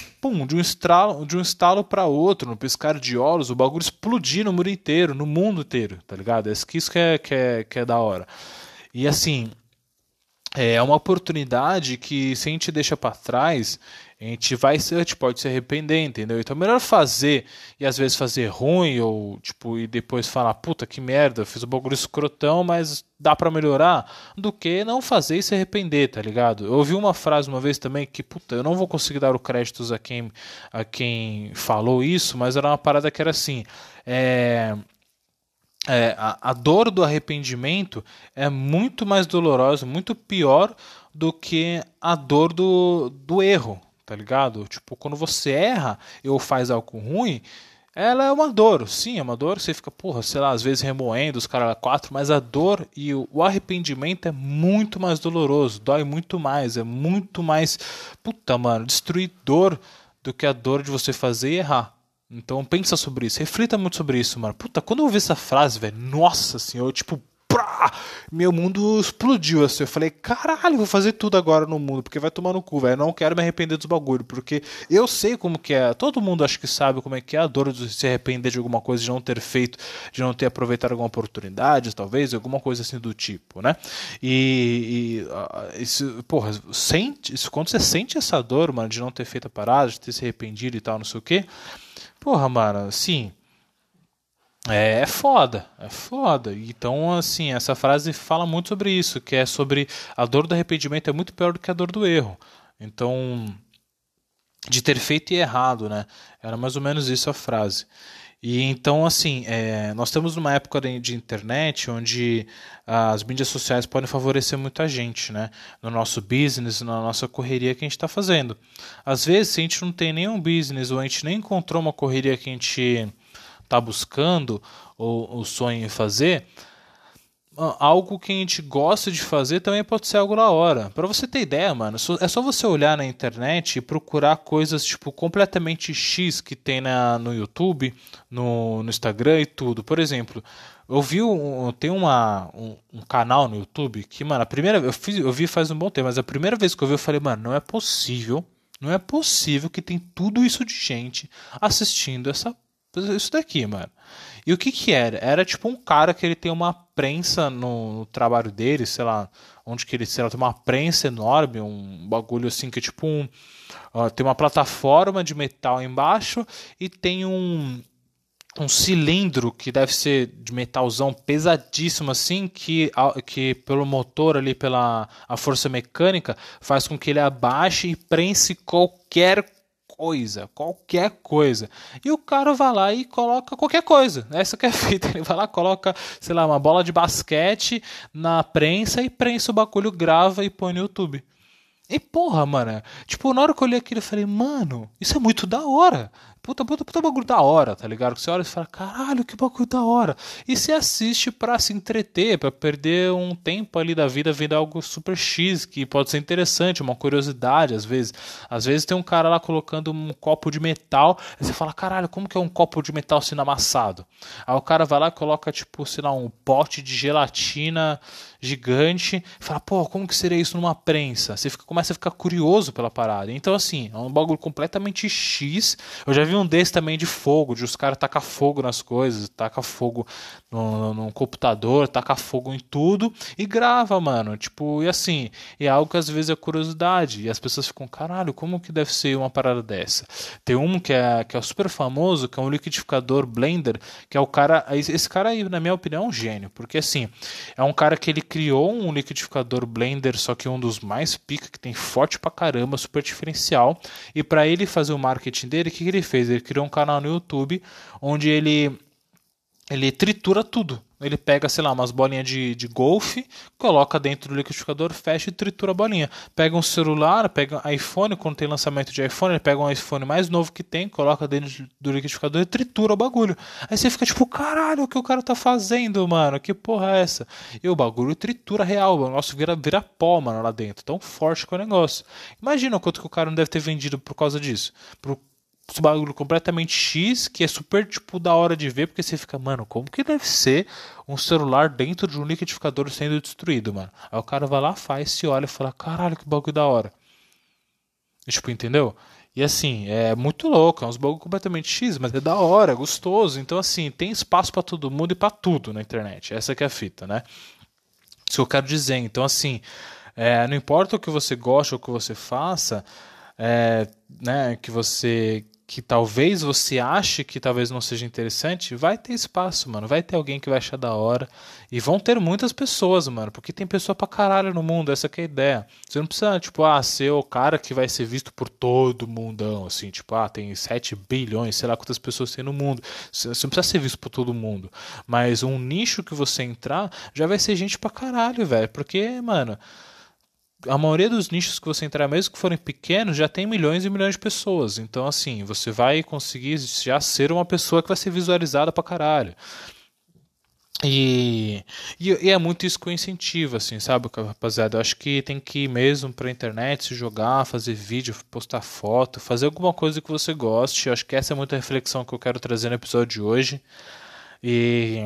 estalo para outro, no piscar de olhos, o bagulho explodir no mundo inteiro, no mundo inteiro, tá ligado? Isso que é da hora. E assim, é uma oportunidade que se a gente deixa para trás, a gente pode se arrepender, entendeu? Então é melhor fazer e às vezes fazer ruim ou tipo e depois falar, puta que merda, fiz um bagulho escrotão, mas dá pra melhorar, do que não fazer e se arrepender, tá ligado? Eu ouvi uma frase uma vez também que, puta, eu não vou conseguir dar o créditos a quem falou isso, mas era uma parada que era assim, a dor do arrependimento é muito mais dolorosa, muito pior do que a dor do erro, tá ligado? Tipo, quando você erra ou faz algo ruim, ela é uma dor, sim, é uma dor, você fica, porra, sei lá, às vezes remoendo os caras quatro, mas a dor e o arrependimento é muito mais doloroso, dói muito mais, é muito mais, puta, mano, destruidor do que a dor de você fazer e errar. Então pensa sobre isso, reflita muito sobre isso, mano. Puta, quando eu ouvi essa frase, velho, nossa senhora, tipo, pá, meu mundo explodiu assim. Eu falei, caralho, vou fazer tudo agora no mundo, porque vai tomar no cu, velho. Eu não quero me arrepender dos bagulho, porque eu sei como que é. Todo mundo acho que sabe como é que é a dor de se arrepender de alguma coisa, de não ter feito, de não ter aproveitado alguma oportunidade, talvez, alguma coisa assim do tipo, né? Isso, porra, quando você sente essa dor, mano, de não ter feito a parada, de ter se arrependido e tal, não sei o quê. Porra, mano, assim, é foda, é foda. Então, assim, essa frase fala muito sobre isso, que é sobre a dor do arrependimento é muito pior do que a dor do erro. Então, de ter feito e errado, né? Era mais ou menos isso a frase. E então, assim, nós estamos numa época de internet onde as mídias sociais podem favorecer muita gente, né? No nosso business, na nossa correria que a gente está fazendo. Às vezes, se a gente não tem nenhum business ou a gente nem encontrou uma correria que a gente está buscando ou sonha em fazer, algo que a gente gosta de fazer também pode ser algo da hora. Pra você ter ideia, mano, é só você olhar na internet e procurar coisas tipo completamente X que tem no YouTube, no Instagram e tudo. Por exemplo, tem um canal no YouTube que, mano, eu vi faz um bom tempo, mas a primeira vez que eu vi eu falei, mano, não é possível que tem tudo isso de gente assistindo isso daqui, mano. E o que que era? Era tipo um cara que ele tem uma prensa no trabalho dele, sei lá, onde que ele, sei lá, tem uma prensa enorme, um bagulho assim que é tipo tem uma plataforma de metal embaixo e tem um cilindro que deve ser de metalzão pesadíssimo assim, que pelo motor ali, pela a força mecânica, faz com que ele abaixe e prense qualquer coisa. E o cara vai lá e coloca qualquer coisa. Essa que é a fita. Ele vai lá, coloca, sei lá, uma bola de basquete na prensa e prensa o bagulho, grava e põe no YouTube. E porra, mano, tipo, na hora que eu olhei aquilo, eu falei, mano, isso é muito da hora. Puta bagulho da hora, tá ligado? Que você olha e fala, caralho, que bagulho da hora. E você assiste pra se entreter, pra perder um tempo ali da vida vendo algo super X, que pode ser interessante, uma curiosidade, às vezes. Às vezes tem um cara lá colocando um copo de metal, aí você fala, caralho, como que é um copo de metal sendo amassado? Aí o cara vai lá e coloca, tipo, sei lá, um pote de gelatina gigante, e fala, pô, como que seria isso numa prensa? Começa a ficar curioso pela parada. Então, assim, é um bagulho completamente X. Eu já vi um desse também de fogo, de os caras tacar fogo nas coisas, taca fogo no computador, taca fogo em tudo e grava, mano. Tipo, e assim, é algo que às vezes é curiosidade. E as pessoas ficam, caralho, como que deve ser uma parada dessa? Tem um que é super famoso, que é um liquidificador Blender, que é o cara. Esse cara aí, na minha opinião, é um gênio. Porque assim, é um cara que ele criou um liquidificador Blender, só que um dos mais pica, que tem forte pra caramba, super diferencial. E para ele fazer o marketing dele, o que ele fez? Ele criou um canal no YouTube onde ele tritura tudo. Ele pega, sei lá, umas bolinhas de golfe, coloca dentro do liquidificador, fecha e tritura a bolinha. Pega um celular, pega um iPhone, quando tem lançamento de iPhone, ele pega um iPhone mais novo que tem, coloca dentro do liquidificador e tritura o bagulho. Aí você fica tipo, caralho, o que o cara tá fazendo, mano? Que porra é essa? E o bagulho tritura real, o negócio vira pó, mano, lá dentro. Tão forte que é o negócio. Imagina o quanto que o cara não deve ter vendido por causa disso. Esse bagulho completamente X, que é super, tipo, da hora de ver, porque você fica, mano, como que deve ser um celular dentro de um liquidificador sendo destruído, mano? Aí o cara vai lá, faz, se olha e fala, caralho, que bagulho da hora. E, tipo, entendeu? E assim, é muito louco, é uns bagulho completamente X, mas é da hora, é gostoso. Então, assim, tem espaço pra todo mundo e pra tudo na internet. Essa que é a fita, né? Isso que eu quero dizer. Então, assim, não importa o que você gosta ou o que você faça, né, que talvez você ache que talvez não seja interessante, vai ter espaço, mano. Vai ter alguém que vai achar da hora. E vão ter muitas pessoas, mano. Porque tem pessoa pra caralho no mundo, essa que é a ideia. Você não precisa, tipo, ser o cara que vai ser visto por todo mundão, assim, tipo, tem 7 bilhões, sei lá quantas pessoas tem no mundo. Você não precisa ser visto por todo mundo. Mas um nicho que você entrar, já vai ser gente pra caralho, velho. Porque, mano, a maioria dos nichos que você entrar, mesmo que forem pequenos, já tem milhões e milhões de pessoas. Então, assim, você vai conseguir já ser uma pessoa que vai ser visualizada pra caralho. E é muito isso que eu incentivo, assim, sabe, rapaziada? Eu acho que tem que ir mesmo pra internet, se jogar, fazer vídeo, postar foto, fazer alguma coisa que você goste. Eu acho que essa é muita reflexão que eu quero trazer no episódio de hoje. E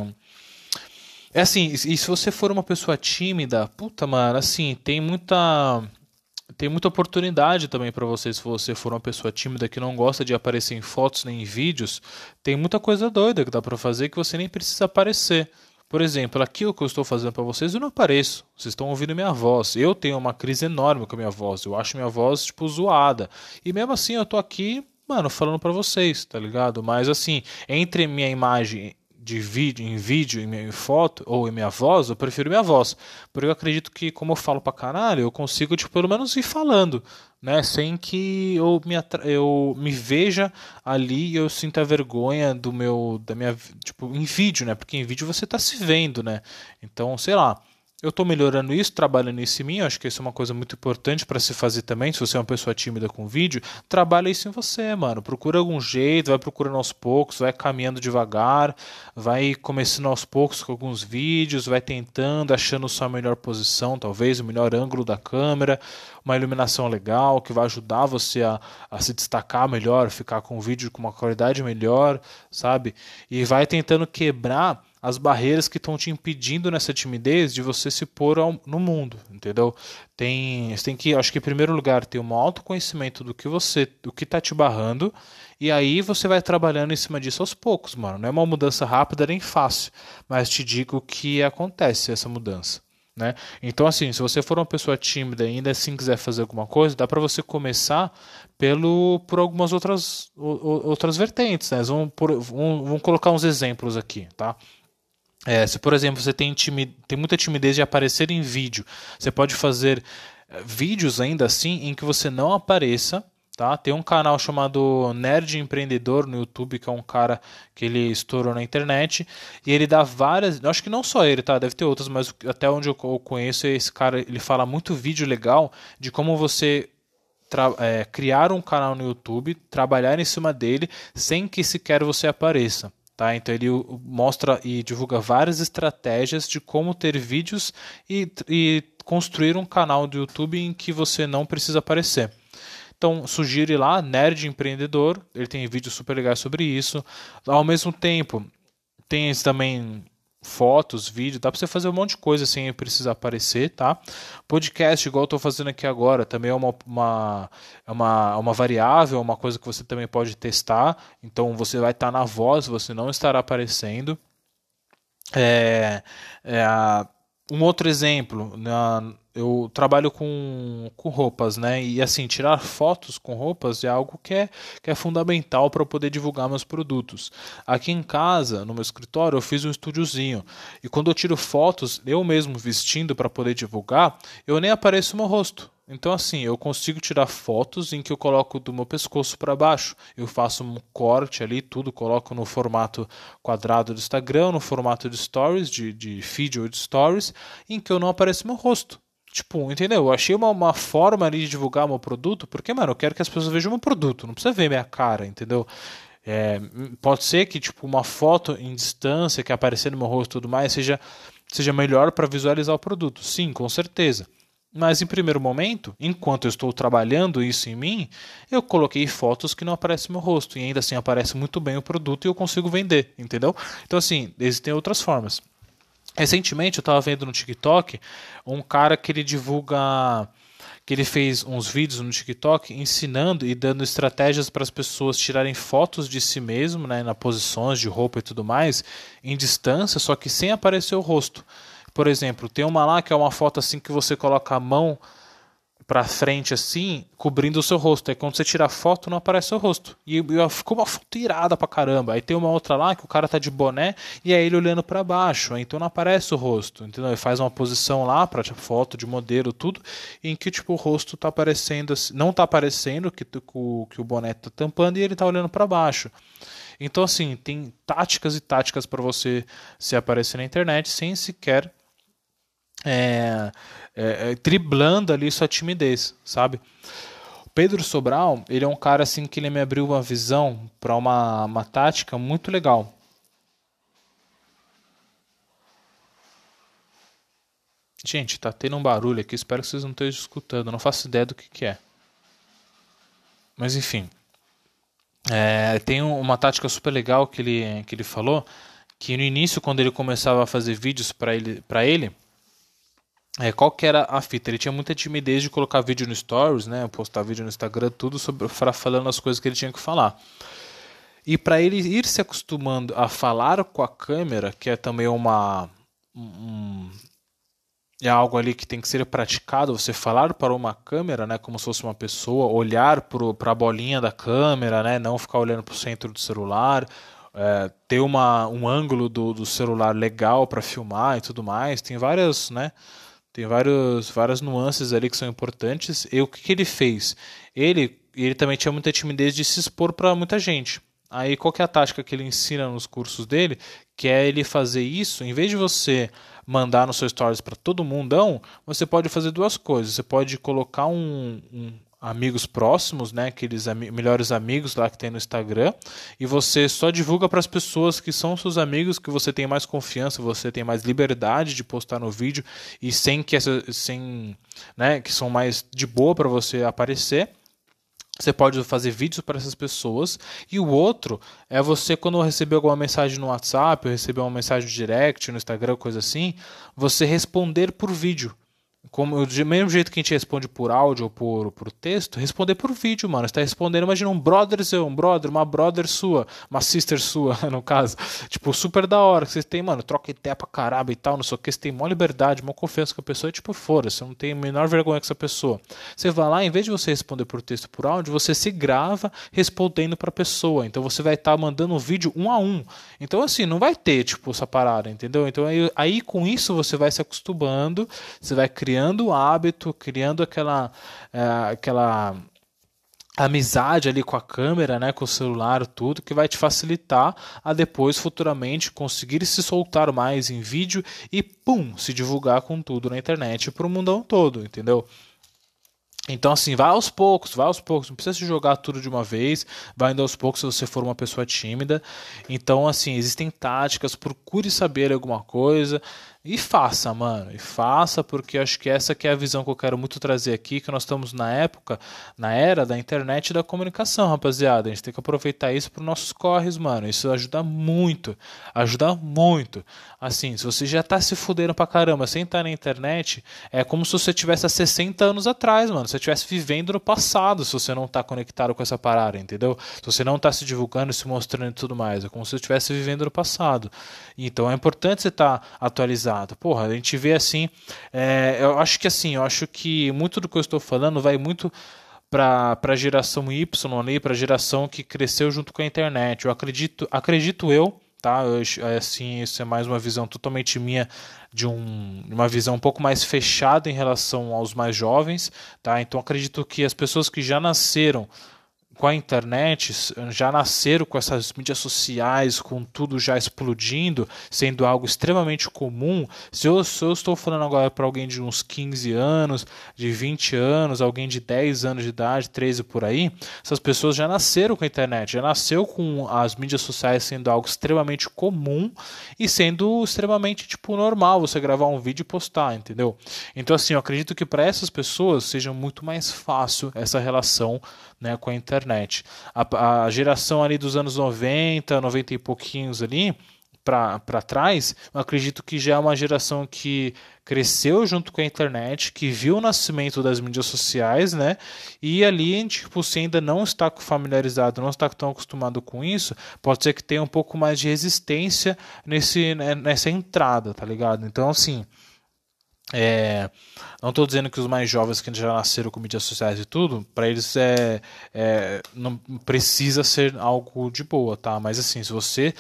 é assim, e se você for uma pessoa tímida, puta, mano, assim, tem muita oportunidade também pra você, se você for uma pessoa tímida que não gosta de aparecer em fotos nem em vídeos, tem muita coisa doida que dá pra fazer que você nem precisa aparecer. Por exemplo, aqui o que eu estou fazendo pra vocês, eu não apareço. Vocês estão ouvindo minha voz. Eu tenho uma crise enorme com a minha voz. Eu acho minha voz, tipo, zoada. E mesmo assim, eu tô aqui, mano, falando pra vocês, tá ligado? Mas assim, entre minha imagem de vídeo, em minha foto ou em minha voz, eu prefiro minha voz. Porque eu acredito que, como eu falo pra caralho, eu consigo, tipo, pelo menos ir falando, né? Sem que eu me veja ali e eu sinta vergonha da minha, tipo, em vídeo, né? Porque em vídeo você tá se vendo, né? Então, sei lá. Eu tô melhorando isso, trabalhando isso em mim. Eu acho que isso é uma coisa muito importante para se fazer também. Se você é uma pessoa tímida com vídeo, trabalha isso em você, mano. Procura algum jeito, vai procurando aos poucos, vai caminhando devagar, vai começando aos poucos com alguns vídeos, vai tentando, achando sua melhor posição, talvez o melhor ângulo da câmera, uma iluminação legal que vai ajudar você a se destacar melhor, ficar com o vídeo com uma qualidade melhor, sabe? E vai tentando quebrar as barreiras que estão te impedindo nessa timidez de você se pôr no mundo, entendeu? Você tem que, acho que em primeiro lugar, ter um autoconhecimento do que tá te barrando, e aí você vai trabalhando em cima disso aos poucos, mano. Não é uma mudança rápida nem fácil, mas te digo que acontece essa mudança. Né? Então, assim, se você for uma pessoa tímida e ainda assim quiser fazer alguma coisa, dá para você começar por algumas outras vertentes. Né? Vamos colocar uns exemplos aqui, tá? Se, por exemplo, você tem muita timidez de aparecer em vídeo, você pode fazer vídeos ainda assim em que você não apareça, tá? Tem um canal chamado Nerd Empreendedor no YouTube, que é um cara que ele estourou na internet, e ele dá várias, acho que não só ele, tá? Deve ter outras, mas até onde eu conheço, esse cara, ele fala muito vídeo legal de como você criar um canal no YouTube, trabalhar em cima dele, sem que sequer você apareça. Tá? Então ele mostra e divulga várias estratégias de como ter vídeos e construir um canal do YouTube em que você não precisa aparecer. Então sugiro ir lá, Nerd Empreendedor, ele tem vídeos super legais sobre isso. Ao mesmo tempo, tem também fotos, vídeo, dá para você fazer um monte de coisa sem precisar aparecer, tá? Podcast, igual eu estou fazendo aqui agora, também é uma variável, uma coisa que você também pode testar. Então você vai estar na voz, você não estará aparecendo. É, é, um outro exemplo, eu trabalho com roupas, né? E assim, tirar fotos com roupas é algo que é fundamental para eu poder divulgar meus produtos. Aqui em casa, no meu escritório, eu fiz um estúdiozinho. E quando eu tiro fotos, eu mesmo vestindo para poder divulgar, eu nem apareço meu rosto. Então, assim, eu consigo tirar fotos em que eu coloco do meu pescoço para baixo. Eu faço um corte ali, tudo, coloco no formato quadrado do Instagram, no formato de stories, de feed ou de stories, em que eu não apareço meu rosto. Tipo, entendeu? Eu achei uma forma ali de divulgar meu produto, porque, mano, eu quero que as pessoas vejam meu produto, não precisa ver minha cara, entendeu? Pode ser que, tipo, uma foto em distância, que aparecer no meu rosto e tudo mais, seja melhor para visualizar o produto. Sim, com certeza. Mas em primeiro momento, enquanto eu estou trabalhando isso em mim, eu coloquei fotos que não aparecem meu rosto e ainda assim aparece muito bem o produto e eu consigo vender, entendeu? Então assim, existem outras formas. Recentemente eu estava vendo no TikTok um cara que ele divulga, que ele fez uns vídeos no TikTok ensinando e dando estratégias para as pessoas tirarem fotos de si mesmo, né, na posições de roupa e tudo mais, em distância, só que sem aparecer o rosto. Por exemplo, tem uma lá que é uma foto assim que você coloca a mão pra frente assim, cobrindo o seu rosto. Aí quando você tira a foto, não aparece o rosto. E ficou uma foto irada pra caramba. Aí tem uma outra lá que o cara tá de boné e é ele olhando pra baixo. Aí então não aparece o rosto. Entendeu? Ele faz uma posição lá pra tipo, foto de modelo, tudo, em que tipo o rosto tá aparecendo assim, não tá aparecendo que o boné tá tampando e ele tá olhando pra baixo. Então assim, tem táticas e táticas para você se aparecer na internet sem sequer é, driblando ali sua timidez, sabe? O Pedro Sobral, ele é um cara assim que ele me abriu uma visão para uma tática muito legal. Gente, tá tendo um barulho aqui, espero que vocês não estejam escutando, eu não faço ideia do que é. Mas enfim, tem uma tática super legal que ele falou, que no início, quando ele começava a fazer vídeos para ele, qual que era a fita? Ele tinha muita timidez de colocar vídeo no Stories, né? Postar vídeo no Instagram, tudo falando as coisas que ele tinha que falar. E para ele ir se acostumando a falar com a câmera, que é também é algo ali que tem que ser praticado, você falar para uma câmera, né, como se fosse uma pessoa, olhar para a bolinha da câmera, né, não ficar olhando para o centro do celular, ter um ângulo do celular legal para filmar e tudo mais. Tem várias, né? Tem várias nuances ali que são importantes. E o que ele fez? Ele também tinha muita timidez de se expor para muita gente. Aí qual que é a tática que ele ensina nos cursos dele? Que é ele fazer isso, em vez de você mandar no seu stories para todo mundão, você pode fazer duas coisas. Você pode colocar amigos próximos, né, aqueles melhores amigos lá que tem no Instagram, e você só divulga para as pessoas que são seus amigos, que você tem mais confiança, você tem mais liberdade de postar no vídeo e né, que são mais de boa para você aparecer. Você pode fazer vídeos para essas pessoas. E o outro é você, quando receber alguma mensagem no WhatsApp, ou receber uma mensagem no direct, no Instagram, coisa assim, você responder por vídeo. Como, do mesmo jeito que a gente responde por áudio ou por texto, responder por vídeo, mano. Você tá respondendo, imagina um brother seu, uma brother sua, uma sister sua, no caso. Tipo, super da hora que vocês têm, mano, troca ideia pra caramba e tal, não sei o que, você tem maior liberdade, maior confiança com a pessoa, e tipo, fora, você não tem a menor vergonha com essa pessoa. Você vai lá, em vez de você responder por texto por áudio, você se grava respondendo pra pessoa. Então você vai estar mandando um vídeo um a um. Então, assim, não vai ter, tipo, essa parada, entendeu? Então aí com isso você vai se acostumando, você vai criando o hábito, criando aquela amizade ali com a câmera, né, com o celular, tudo que vai te facilitar a depois futuramente conseguir se soltar mais em vídeo e pum, se divulgar com tudo na internet para o mundão todo, entendeu? Então, assim, vai aos poucos, não precisa se jogar tudo de uma vez, vai indo aos poucos se você for uma pessoa tímida. Então, assim, existem táticas, procure saber alguma coisa e faça, mano, e faça, porque eu acho que essa que é a visão que eu quero muito trazer aqui, que nós estamos na época, na era da internet e da comunicação, rapaziada. A gente tem que aproveitar isso para os nossos corres, mano. Isso ajuda muito, ajuda muito. Assim, se você já tá se fudendo pra caramba sem estar na internet, é como se você tivesse há 60 anos atrás, mano. Se você estivesse vivendo no passado, se você não tá conectado com essa parada, entendeu? Se você não tá se divulgando, se mostrando e tudo mais. É como se você estivesse vivendo no passado. Então é importante você estar atualizado. Porra, a gente vê assim. Eu acho que assim, eu acho que muito do que eu estou falando vai muito para a geração Y ali, para a geração que cresceu junto com a internet. Eu acredito eu, tá? Assim, isso é mais uma visão totalmente minha de uma visão um pouco mais fechada em relação aos mais jovens, tá? Então acredito que as pessoas que já nasceram com a internet, já nasceram com essas mídias sociais, com tudo já explodindo, sendo algo extremamente comum. Se eu estou falando agora para alguém de uns 15 anos, de 20 anos, alguém de 10 anos de idade, 13 por aí, essas pessoas já nasceram com a internet, já nasceu com as mídias sociais sendo algo extremamente comum e sendo extremamente tipo normal você gravar um vídeo e postar, entendeu? Então assim, eu acredito que para essas pessoas seja muito mais fácil essa relação, né, com a internet. A geração ali dos anos 90, 90 e pouquinhos ali, para trás, eu acredito que já é uma geração que cresceu junto com a internet, que viu o nascimento das mídias sociais, né? E ali, tipo, se ainda não está familiarizado, não está tão acostumado com isso, pode ser que tenha um pouco mais de resistência nessa entrada, tá ligado? Então, assim, não estou dizendo que os mais jovens que já nasceram com mídias sociais e tudo, para eles não precisa ser algo de boa, tá? Mas assim, se você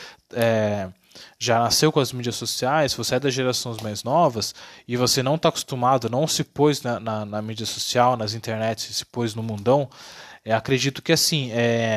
já nasceu com as mídias sociais, se você é das gerações mais novas e você não está acostumado, não se pôs na mídia social, nas internets, se pôs no mundão, acredito que assim,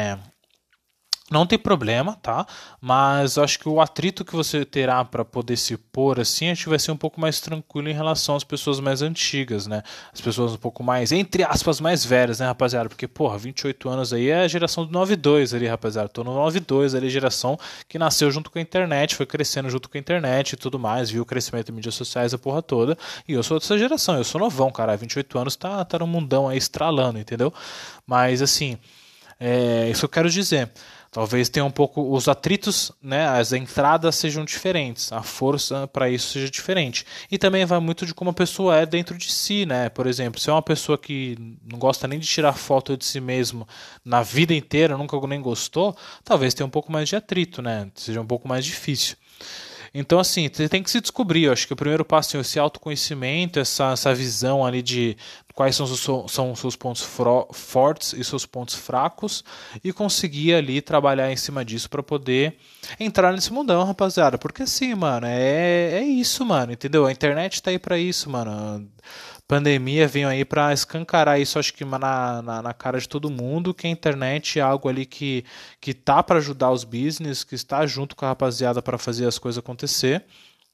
não tem problema, tá? Mas eu acho que o atrito que você terá para poder se pôr assim, acho que vai ser um pouco mais tranquilo em relação às pessoas mais antigas, né? As pessoas um pouco mais, entre aspas, mais velhas, né, rapaziada? Porque, porra, 28 anos aí é a geração do 92 ali, rapaziada. Tô no 92 ali, geração que nasceu junto com a internet, foi crescendo junto com a internet e tudo mais, viu o crescimento de mídias sociais, a porra toda. E eu sou dessa geração, eu sou novão, cara. 28 anos tá no mundão aí estralando, entendeu? Mas, assim, isso eu quero dizer. Talvez tenha um pouco os atritos, né, as entradas sejam diferentes, a força para isso seja diferente. E também vai muito de como a pessoa é dentro de si, né? Por exemplo, se é uma pessoa que não gosta nem de tirar foto de si mesmo na vida inteira, nunca nem gostou, talvez tenha um pouco mais de atrito, né? Seja um pouco mais difícil. Então, assim, você tem que se descobrir. Eu acho que o primeiro passo é esse autoconhecimento, essa visão ali de quais são os seus pontos fortes e seus pontos fracos e conseguir ali trabalhar em cima disso para poder entrar nesse mundão, rapaziada. Porque assim, mano, é isso, mano, entendeu? A internet tá aí para isso, mano. Pandemia veio aí para escancarar isso, acho que na cara de todo mundo, que a internet é algo ali que tá para ajudar os business, que está junto com a rapaziada para fazer as coisas acontecer.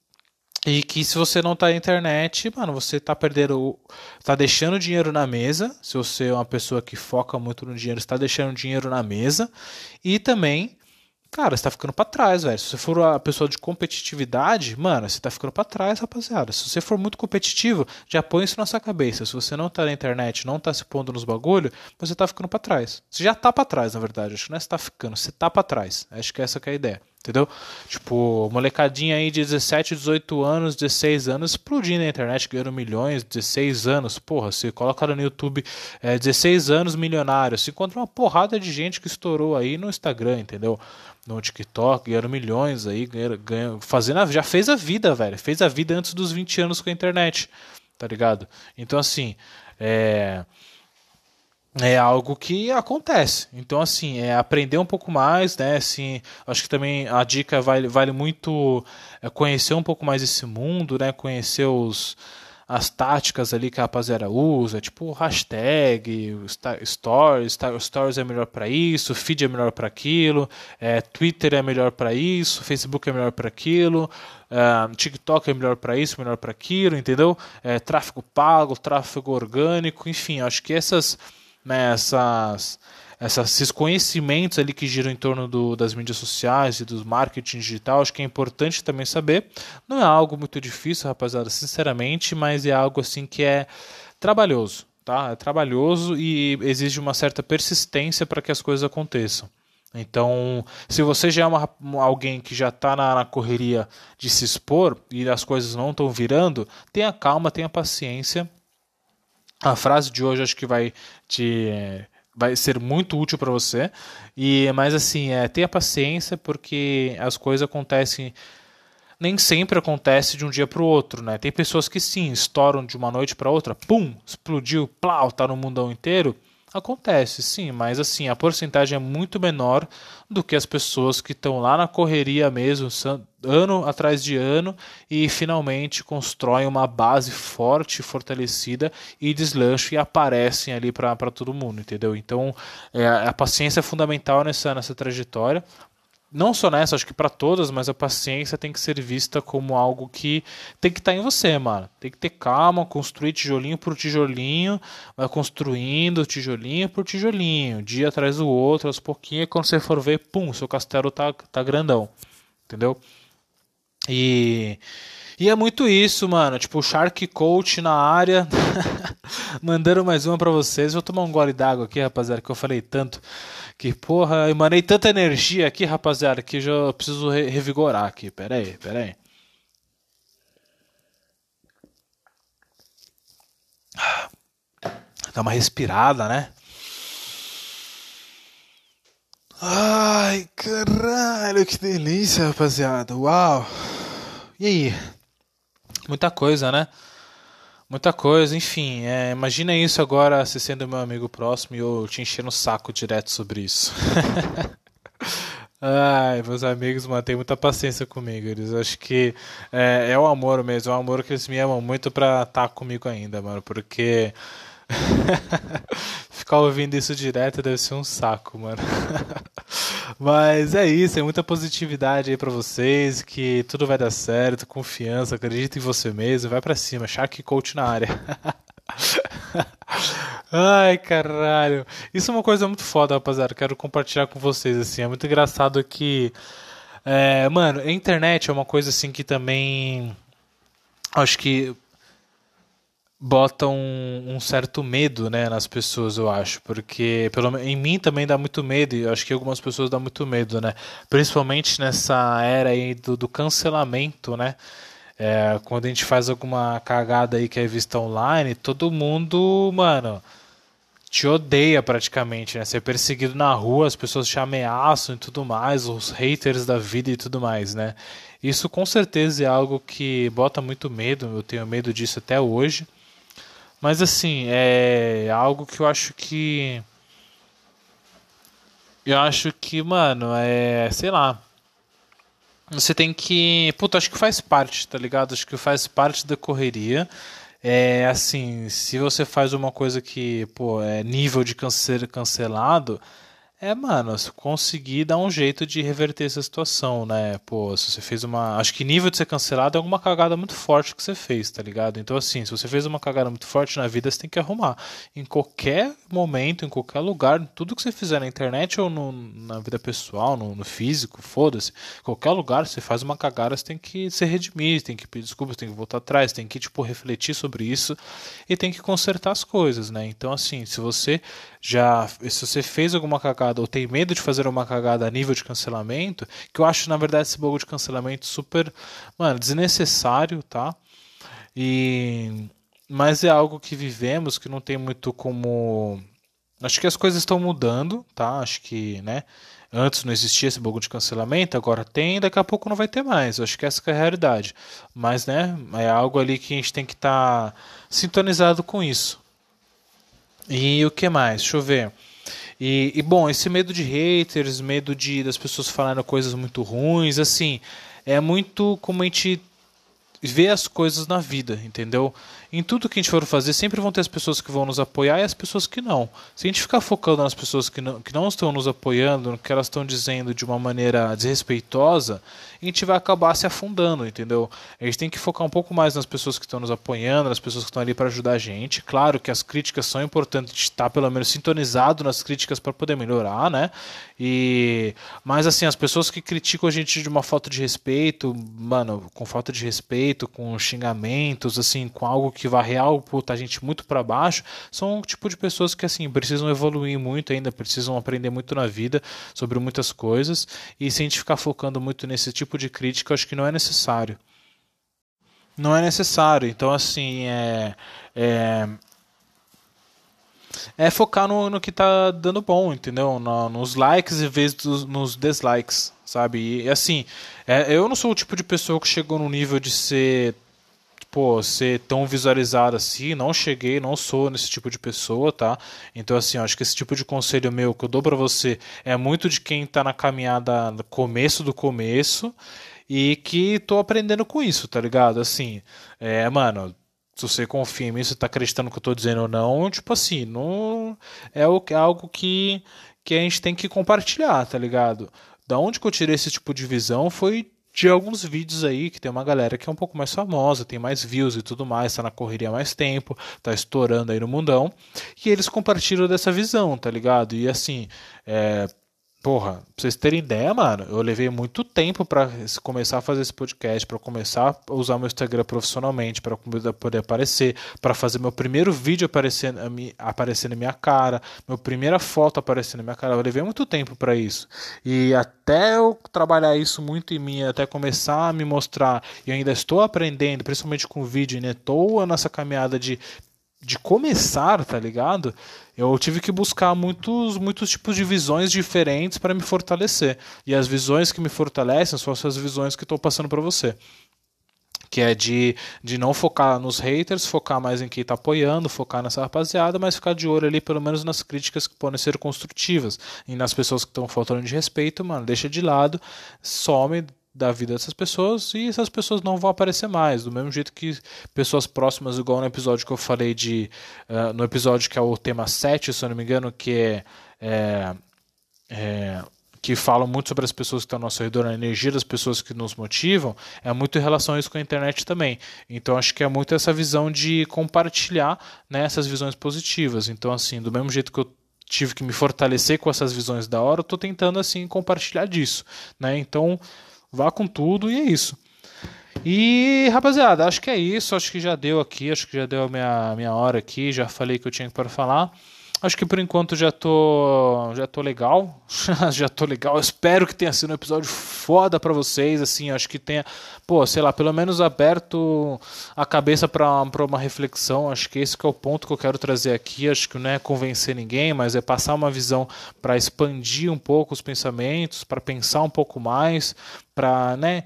E que se você não tá na internet, mano, você tá perdendo, tá deixando dinheiro na mesa. Se você é uma pessoa que foca muito no dinheiro, está deixando dinheiro na mesa. E também, cara, você tá ficando pra trás, velho. Se você for uma pessoa de competitividade, mano, você tá ficando pra trás, rapaziada. Se você for muito competitivo, já põe isso na sua cabeça. Se você não tá na internet, não tá se pondo nos bagulho, você tá ficando pra trás. Você já tá pra trás, na verdade. Acho que não é você tá ficando, você tá pra trás. Acho que essa que é a ideia. Entendeu? Tipo, molecadinha aí de 17, 18 anos, 16 anos, explodindo na internet, ganhando milhões, 16 anos, porra, você coloca no YouTube 16 anos milionário, você encontra uma porrada de gente que estourou aí no Instagram, entendeu? No TikTok, ganhando milhões aí, já fez a vida, velho, fez a vida antes dos 20 anos com a internet, tá ligado? Então, assim, é algo que acontece. Então, assim, aprender um pouco mais, né? Assim, acho que também a dica vale muito conhecer um pouco mais esse mundo, né? Conhecer as táticas ali que a rapaziada usa, tipo hashtag, stories é melhor para isso, feed é melhor para aquilo, Twitter é melhor para isso, Facebook é melhor para aquilo, TikTok é melhor para isso, melhor para aquilo, entendeu? Tráfego pago, tráfego orgânico, enfim, acho que né, esses conhecimentos ali que giram em torno das mídias sociais e do marketing digital, acho que é importante também saber. Não é algo muito difícil, rapaziada, sinceramente, mas é algo assim que é trabalhoso, tá? É trabalhoso e exige uma certa persistência para que as coisas aconteçam. Então, se você já é alguém que já está na correria de se expor e as coisas não estão virando, tenha calma, tenha paciência. A frase de hoje acho que vai ser muito útil para você. Mas assim, tenha paciência porque as coisas acontecem, nem sempre acontece de um dia para o outro, né? Tem pessoas que sim, estouram de uma noite para outra, pum, explodiu, plau, tá no mundão inteiro. Acontece, sim, mas assim, a porcentagem é muito menor do que as pessoas que estão lá na correria mesmo, ano atrás de ano, e finalmente constroem uma base forte, fortalecida e deslancham e aparecem ali para todo mundo, entendeu? Então, a paciência é fundamental nessa trajetória. Não só nessa, acho que para todas, mas a paciência tem que ser vista como algo que tem que estar em você, mano. Tem que ter calma, construir tijolinho por tijolinho, vai construindo tijolinho por tijolinho, dia atrás do outro, aos pouquinhos, e quando você for ver, pum, seu castelo tá grandão, entendeu? E é muito isso, mano. Tipo, o Shark Coach na área. Mandando mais uma pra vocês. Vou tomar um gole d'água aqui, rapaziada, que eu falei tanto. Que, porra, eu emanei tanta energia aqui, rapaziada, que já preciso revigorar aqui. Pera aí. Dá uma respirada, né? Ai, caralho, que delícia, rapaziada. Uau. E aí? Muita coisa, né? Muita coisa, enfim. Imagina isso agora, você sendo meu amigo próximo e eu te enchendo o saco direto sobre isso. Ai, meus amigos mantêm muita paciência comigo. Eles acho que é o amor mesmo, é o amor que eles me amam muito pra estar comigo ainda, mano. Porque ficar ouvindo isso direto deve ser um saco, mano. Mas é isso, é muita positividade aí pra vocês, que tudo vai dar certo, confiança, acredita em você mesmo, vai pra cima, Shark Coach na área. Ai, caralho. Isso é uma coisa muito foda, rapaziada. Quero compartilhar com vocês, assim. É muito engraçado que. Mano, a internet é uma coisa assim que também. Acho que bota um certo medo, né, nas pessoas, eu acho, porque em mim também dá muito medo e eu acho que algumas pessoas dá muito medo, né, principalmente nessa era aí do cancelamento, né, quando a gente faz alguma cagada aí que é vista online, todo mundo, mano, te odeia praticamente, né, você é perseguido na rua, as pessoas te ameaçam e tudo mais, os haters da vida e tudo mais, né, isso com certeza é algo que bota muito medo, eu tenho medo disso até hoje. Mas assim, é algo que eu acho que. Eu acho que, mano, sei lá. Você tem que. Puta, acho que faz parte, tá ligado? Acho que faz parte da correria. Assim, se você faz uma coisa que, pô, é nível de ser cancelado. Mano, se conseguir dar um jeito de reverter essa situação, né? Pô, se você fez uma. Acho que nível de ser cancelado é alguma cagada muito forte que você fez, tá ligado? Então, assim, se você fez uma cagada muito forte na vida, você tem que arrumar. Em qualquer momento, em qualquer lugar, tudo que você fizer na internet ou na vida pessoal, no físico, foda-se. Qualquer lugar, você faz uma cagada, você tem que se redimir, tem que pedir desculpas, tem que voltar atrás, tem que, tipo, refletir sobre isso e tem que consertar as coisas, né? Então, assim, se você fez alguma cagada ou tem medo de fazer uma cagada a nível de cancelamento, que eu acho na verdade esse bagulho de cancelamento super, mano, desnecessário, tá? Mas é algo que vivemos que não tem muito como. Acho que as coisas estão mudando, tá? Acho que, né? Antes não existia esse bagulho de cancelamento, agora tem, daqui a pouco não vai ter mais. Acho que essa que é a realidade. Mas, né, é algo ali que a gente tem que estar sintonizado com isso. E o que mais? Deixa eu ver. Bom, esse medo de haters, medo das pessoas falarem coisas muito ruins, assim, é muito como a gente ver as coisas na vida, entendeu? Em tudo que a gente for fazer, sempre vão ter as pessoas que vão nos apoiar e as pessoas que não. Se a gente ficar focando nas pessoas que não estão nos apoiando, no que elas estão dizendo de uma maneira desrespeitosa, a gente vai acabar se afundando, entendeu? A gente tem que focar um pouco mais nas pessoas que estão nos apoiando, nas pessoas que estão ali para ajudar a gente. Claro que as críticas são importantes, a gente estar pelo menos sintonizado nas críticas para poder melhorar, né? Mas assim, as pessoas que criticam a gente de uma falta de respeito, mano, com falta de respeito, com xingamentos, assim, com algo que vai real botar a gente muito para baixo, são o tipo de pessoas que assim precisam evoluir muito ainda, precisam aprender muito na vida sobre muitas coisas, e se a gente ficar focando muito nesse tipo de crítica, eu acho que não é necessário. Não é necessário, então assim, é, é focar no que tá dando bom, entendeu? Nos likes em vez nos dislikes, sabe? E assim, eu não sou o tipo de pessoa que chegou no nível de ser, pô, ser tão visualizado assim. Não cheguei, não sou nesse tipo de pessoa, tá? Então assim, eu acho que esse tipo de conselho meu que eu dou pra você é muito de quem tá na caminhada no começo do começo e que tô aprendendo com isso, tá ligado? Assim, mano, se você confia em mim, você tá acreditando no que eu tô dizendo ou não, tipo assim, não é algo que a gente tem que compartilhar, tá ligado? Da onde que eu tirei esse tipo de visão foi de alguns vídeos aí que tem uma galera que é um pouco mais famosa, tem mais views e tudo mais, tá na correria há mais tempo, tá estourando aí no mundão, e eles compartilham dessa visão, tá ligado? E assim, porra, pra vocês terem ideia, mano, eu levei muito tempo pra começar a fazer esse podcast, pra começar a usar meu Instagram profissionalmente, pra poder aparecer, pra fazer meu primeiro vídeo aparecer na minha cara, minha primeira foto aparecer na minha cara. Eu levei muito tempo pra isso. E até eu trabalhar isso muito em mim, até começar a me mostrar, e eu ainda estou aprendendo, principalmente com vídeo, né? Tô nessa caminhada de começar, tá ligado? Eu tive que buscar muitos tipos de visões diferentes para me fortalecer. E as visões que me fortalecem são essas visões que estou passando para você. Que é de não focar nos haters, focar mais em quem está apoiando, focar nessa rapaziada, mas ficar de olho ali pelo menos nas críticas que podem ser construtivas. E nas pessoas que estão faltando de respeito, mano, deixa de lado, some da vida dessas pessoas e essas pessoas não vão aparecer mais. Do mesmo jeito que pessoas próximas, igual no episódio que eu falei no episódio que é o tema 7, se eu não me engano, é, que falam muito sobre as pessoas que estão ao nosso redor, a energia das pessoas que nos motivam, é muito em relação a isso com a internet também. Então acho que é muito essa visão de compartilhar, né, essas visões positivas. Então assim, do mesmo jeito que eu tive que me fortalecer com essas visões da hora, eu estou tentando assim compartilhar disso, né? Então vá com tudo e é isso. E rapaziada, acho que é isso, acho que já deu aqui, acho que já deu a minha hora aqui, já falei o que eu tinha para falar. Acho que por enquanto já tô legal. Já tô legal. Eu espero que tenha sido um episódio foda pra vocês, assim, acho que tenha, pô, sei lá, pelo menos aberto a cabeça pra uma reflexão. Acho que esse que é o ponto que eu quero trazer aqui. Acho que não é convencer ninguém, mas é passar uma visão pra expandir um pouco os pensamentos, pra pensar um pouco mais, pra, né,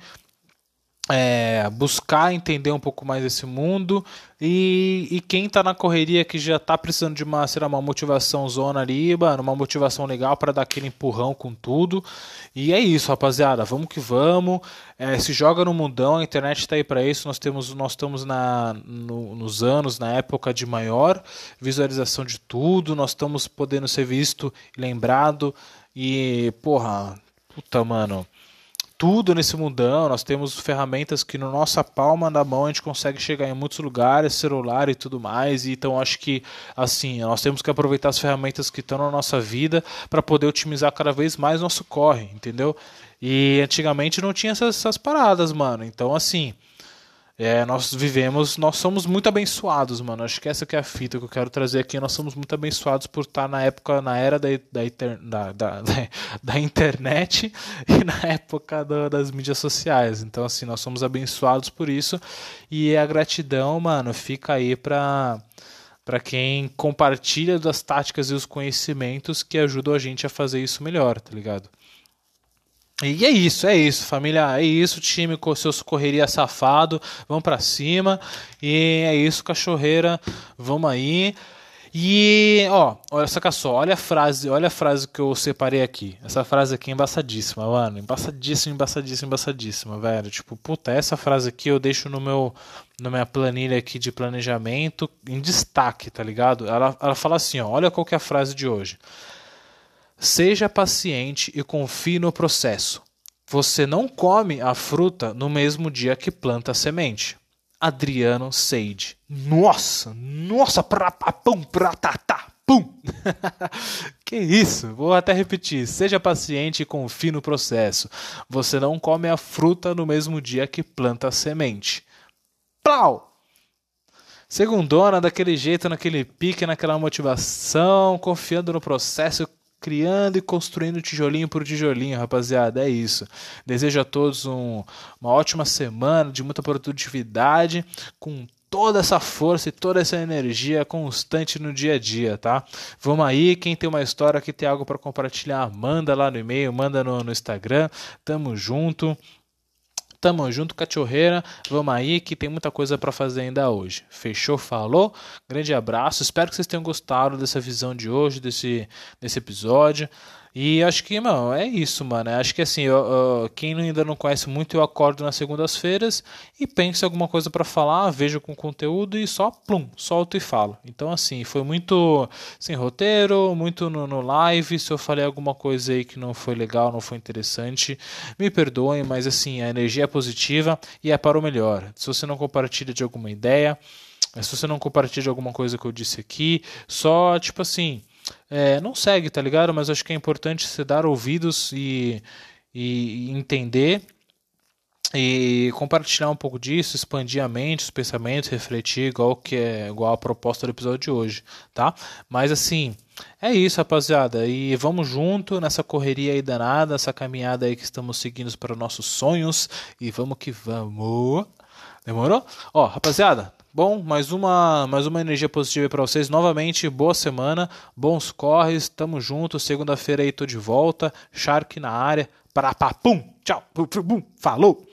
buscar entender um pouco mais desse mundo e quem tá na correria que já tá precisando de uma, sei lá, uma motivação zona ali, mano, uma motivação legal para dar aquele empurrão com tudo. E é isso, rapaziada, vamos que vamos. Se joga no mundão, a internet tá aí para isso. Nós estamos nos anos, na época de maior visualização de tudo, nós estamos podendo ser visto e lembrado e, porra, puta, mano, tudo nesse mundão, nós temos ferramentas que na nossa palma da mão a gente consegue chegar em muitos lugares, celular e tudo mais, e então acho que assim, nós temos que aproveitar as ferramentas que estão na nossa vida para poder otimizar cada vez mais nosso corre, entendeu? E antigamente não tinha essas paradas, mano, então assim, nós somos muito abençoados, mano. Acho que essa que é a fita que eu quero trazer aqui. Nós somos muito abençoados por estar na era da internet e na época das mídias sociais. Então, assim, nós somos abençoados por isso. E a gratidão, mano, fica aí para quem compartilha das táticas e os conhecimentos que ajudam a gente a fazer isso melhor, tá ligado? E é isso, família, é isso, time com seus correria safado, vamos pra cima, e é isso, cachorreira, vamos aí. E, ó, saca só, olha a frase que eu separei aqui. Essa frase aqui é embaçadíssima, mano. Embaçadíssima, velho. Tipo, puta, essa frase aqui eu deixo na minha planilha aqui de planejamento em destaque, tá ligado? Ela fala assim, ó, olha qual que é a frase de hoje. Seja paciente e confie no processo. Você não come a fruta no mesmo dia que planta a semente. Adriano Seide. Nossa, pum, pum. Que isso? Vou até repetir. Seja paciente e confie no processo. Você não come a fruta no mesmo dia que planta a semente. Plau! Segundona, daquele jeito, naquele pique, naquela motivação, confiando no processo, criando e construindo tijolinho por tijolinho, rapaziada, é isso. Desejo a todos uma ótima semana de muita produtividade, com toda essa força e toda essa energia constante no dia a dia, tá? Vamos aí, quem tem uma história, que tem algo para compartilhar, manda lá no e-mail, manda no Instagram, tamo junto. Tamo junto, cachorreira. Vamos aí que tem muita coisa para fazer ainda hoje. Fechou? Falou? Grande abraço. Espero que vocês tenham gostado dessa visão de hoje, desse episódio. E acho que, mano, é isso, mano. Acho que assim, quem ainda não conhece muito, eu acordo nas segundas-feiras e penso em alguma coisa para falar, vejo com conteúdo e só, plum, solto e falo. Então, assim, foi muito sem roteiro, muito no live. Se eu falei alguma coisa aí que não foi legal, não foi interessante, me perdoem, mas assim, a energia é positiva e é para o melhor. Se você não compartilha de alguma ideia, se você não compartilha de alguma coisa que eu disse aqui, só, tipo assim, não segue, tá ligado? Mas acho que é importante você dar ouvidos e entender e compartilhar um pouco disso, expandir a mente, os pensamentos, refletir, igual a proposta do episódio de hoje, tá? Mas assim, é isso, rapaziada. E vamos junto nessa correria aí danada, essa caminhada aí que estamos seguindo para os nossos sonhos. E vamos que vamos. Demorou? Ó, rapaziada, bom, mais uma energia positiva aí pra vocês. Novamente, boa semana, bons corres, tamo junto. Segunda-feira aí tô de volta. Shark na área. Pum, tchau, falou!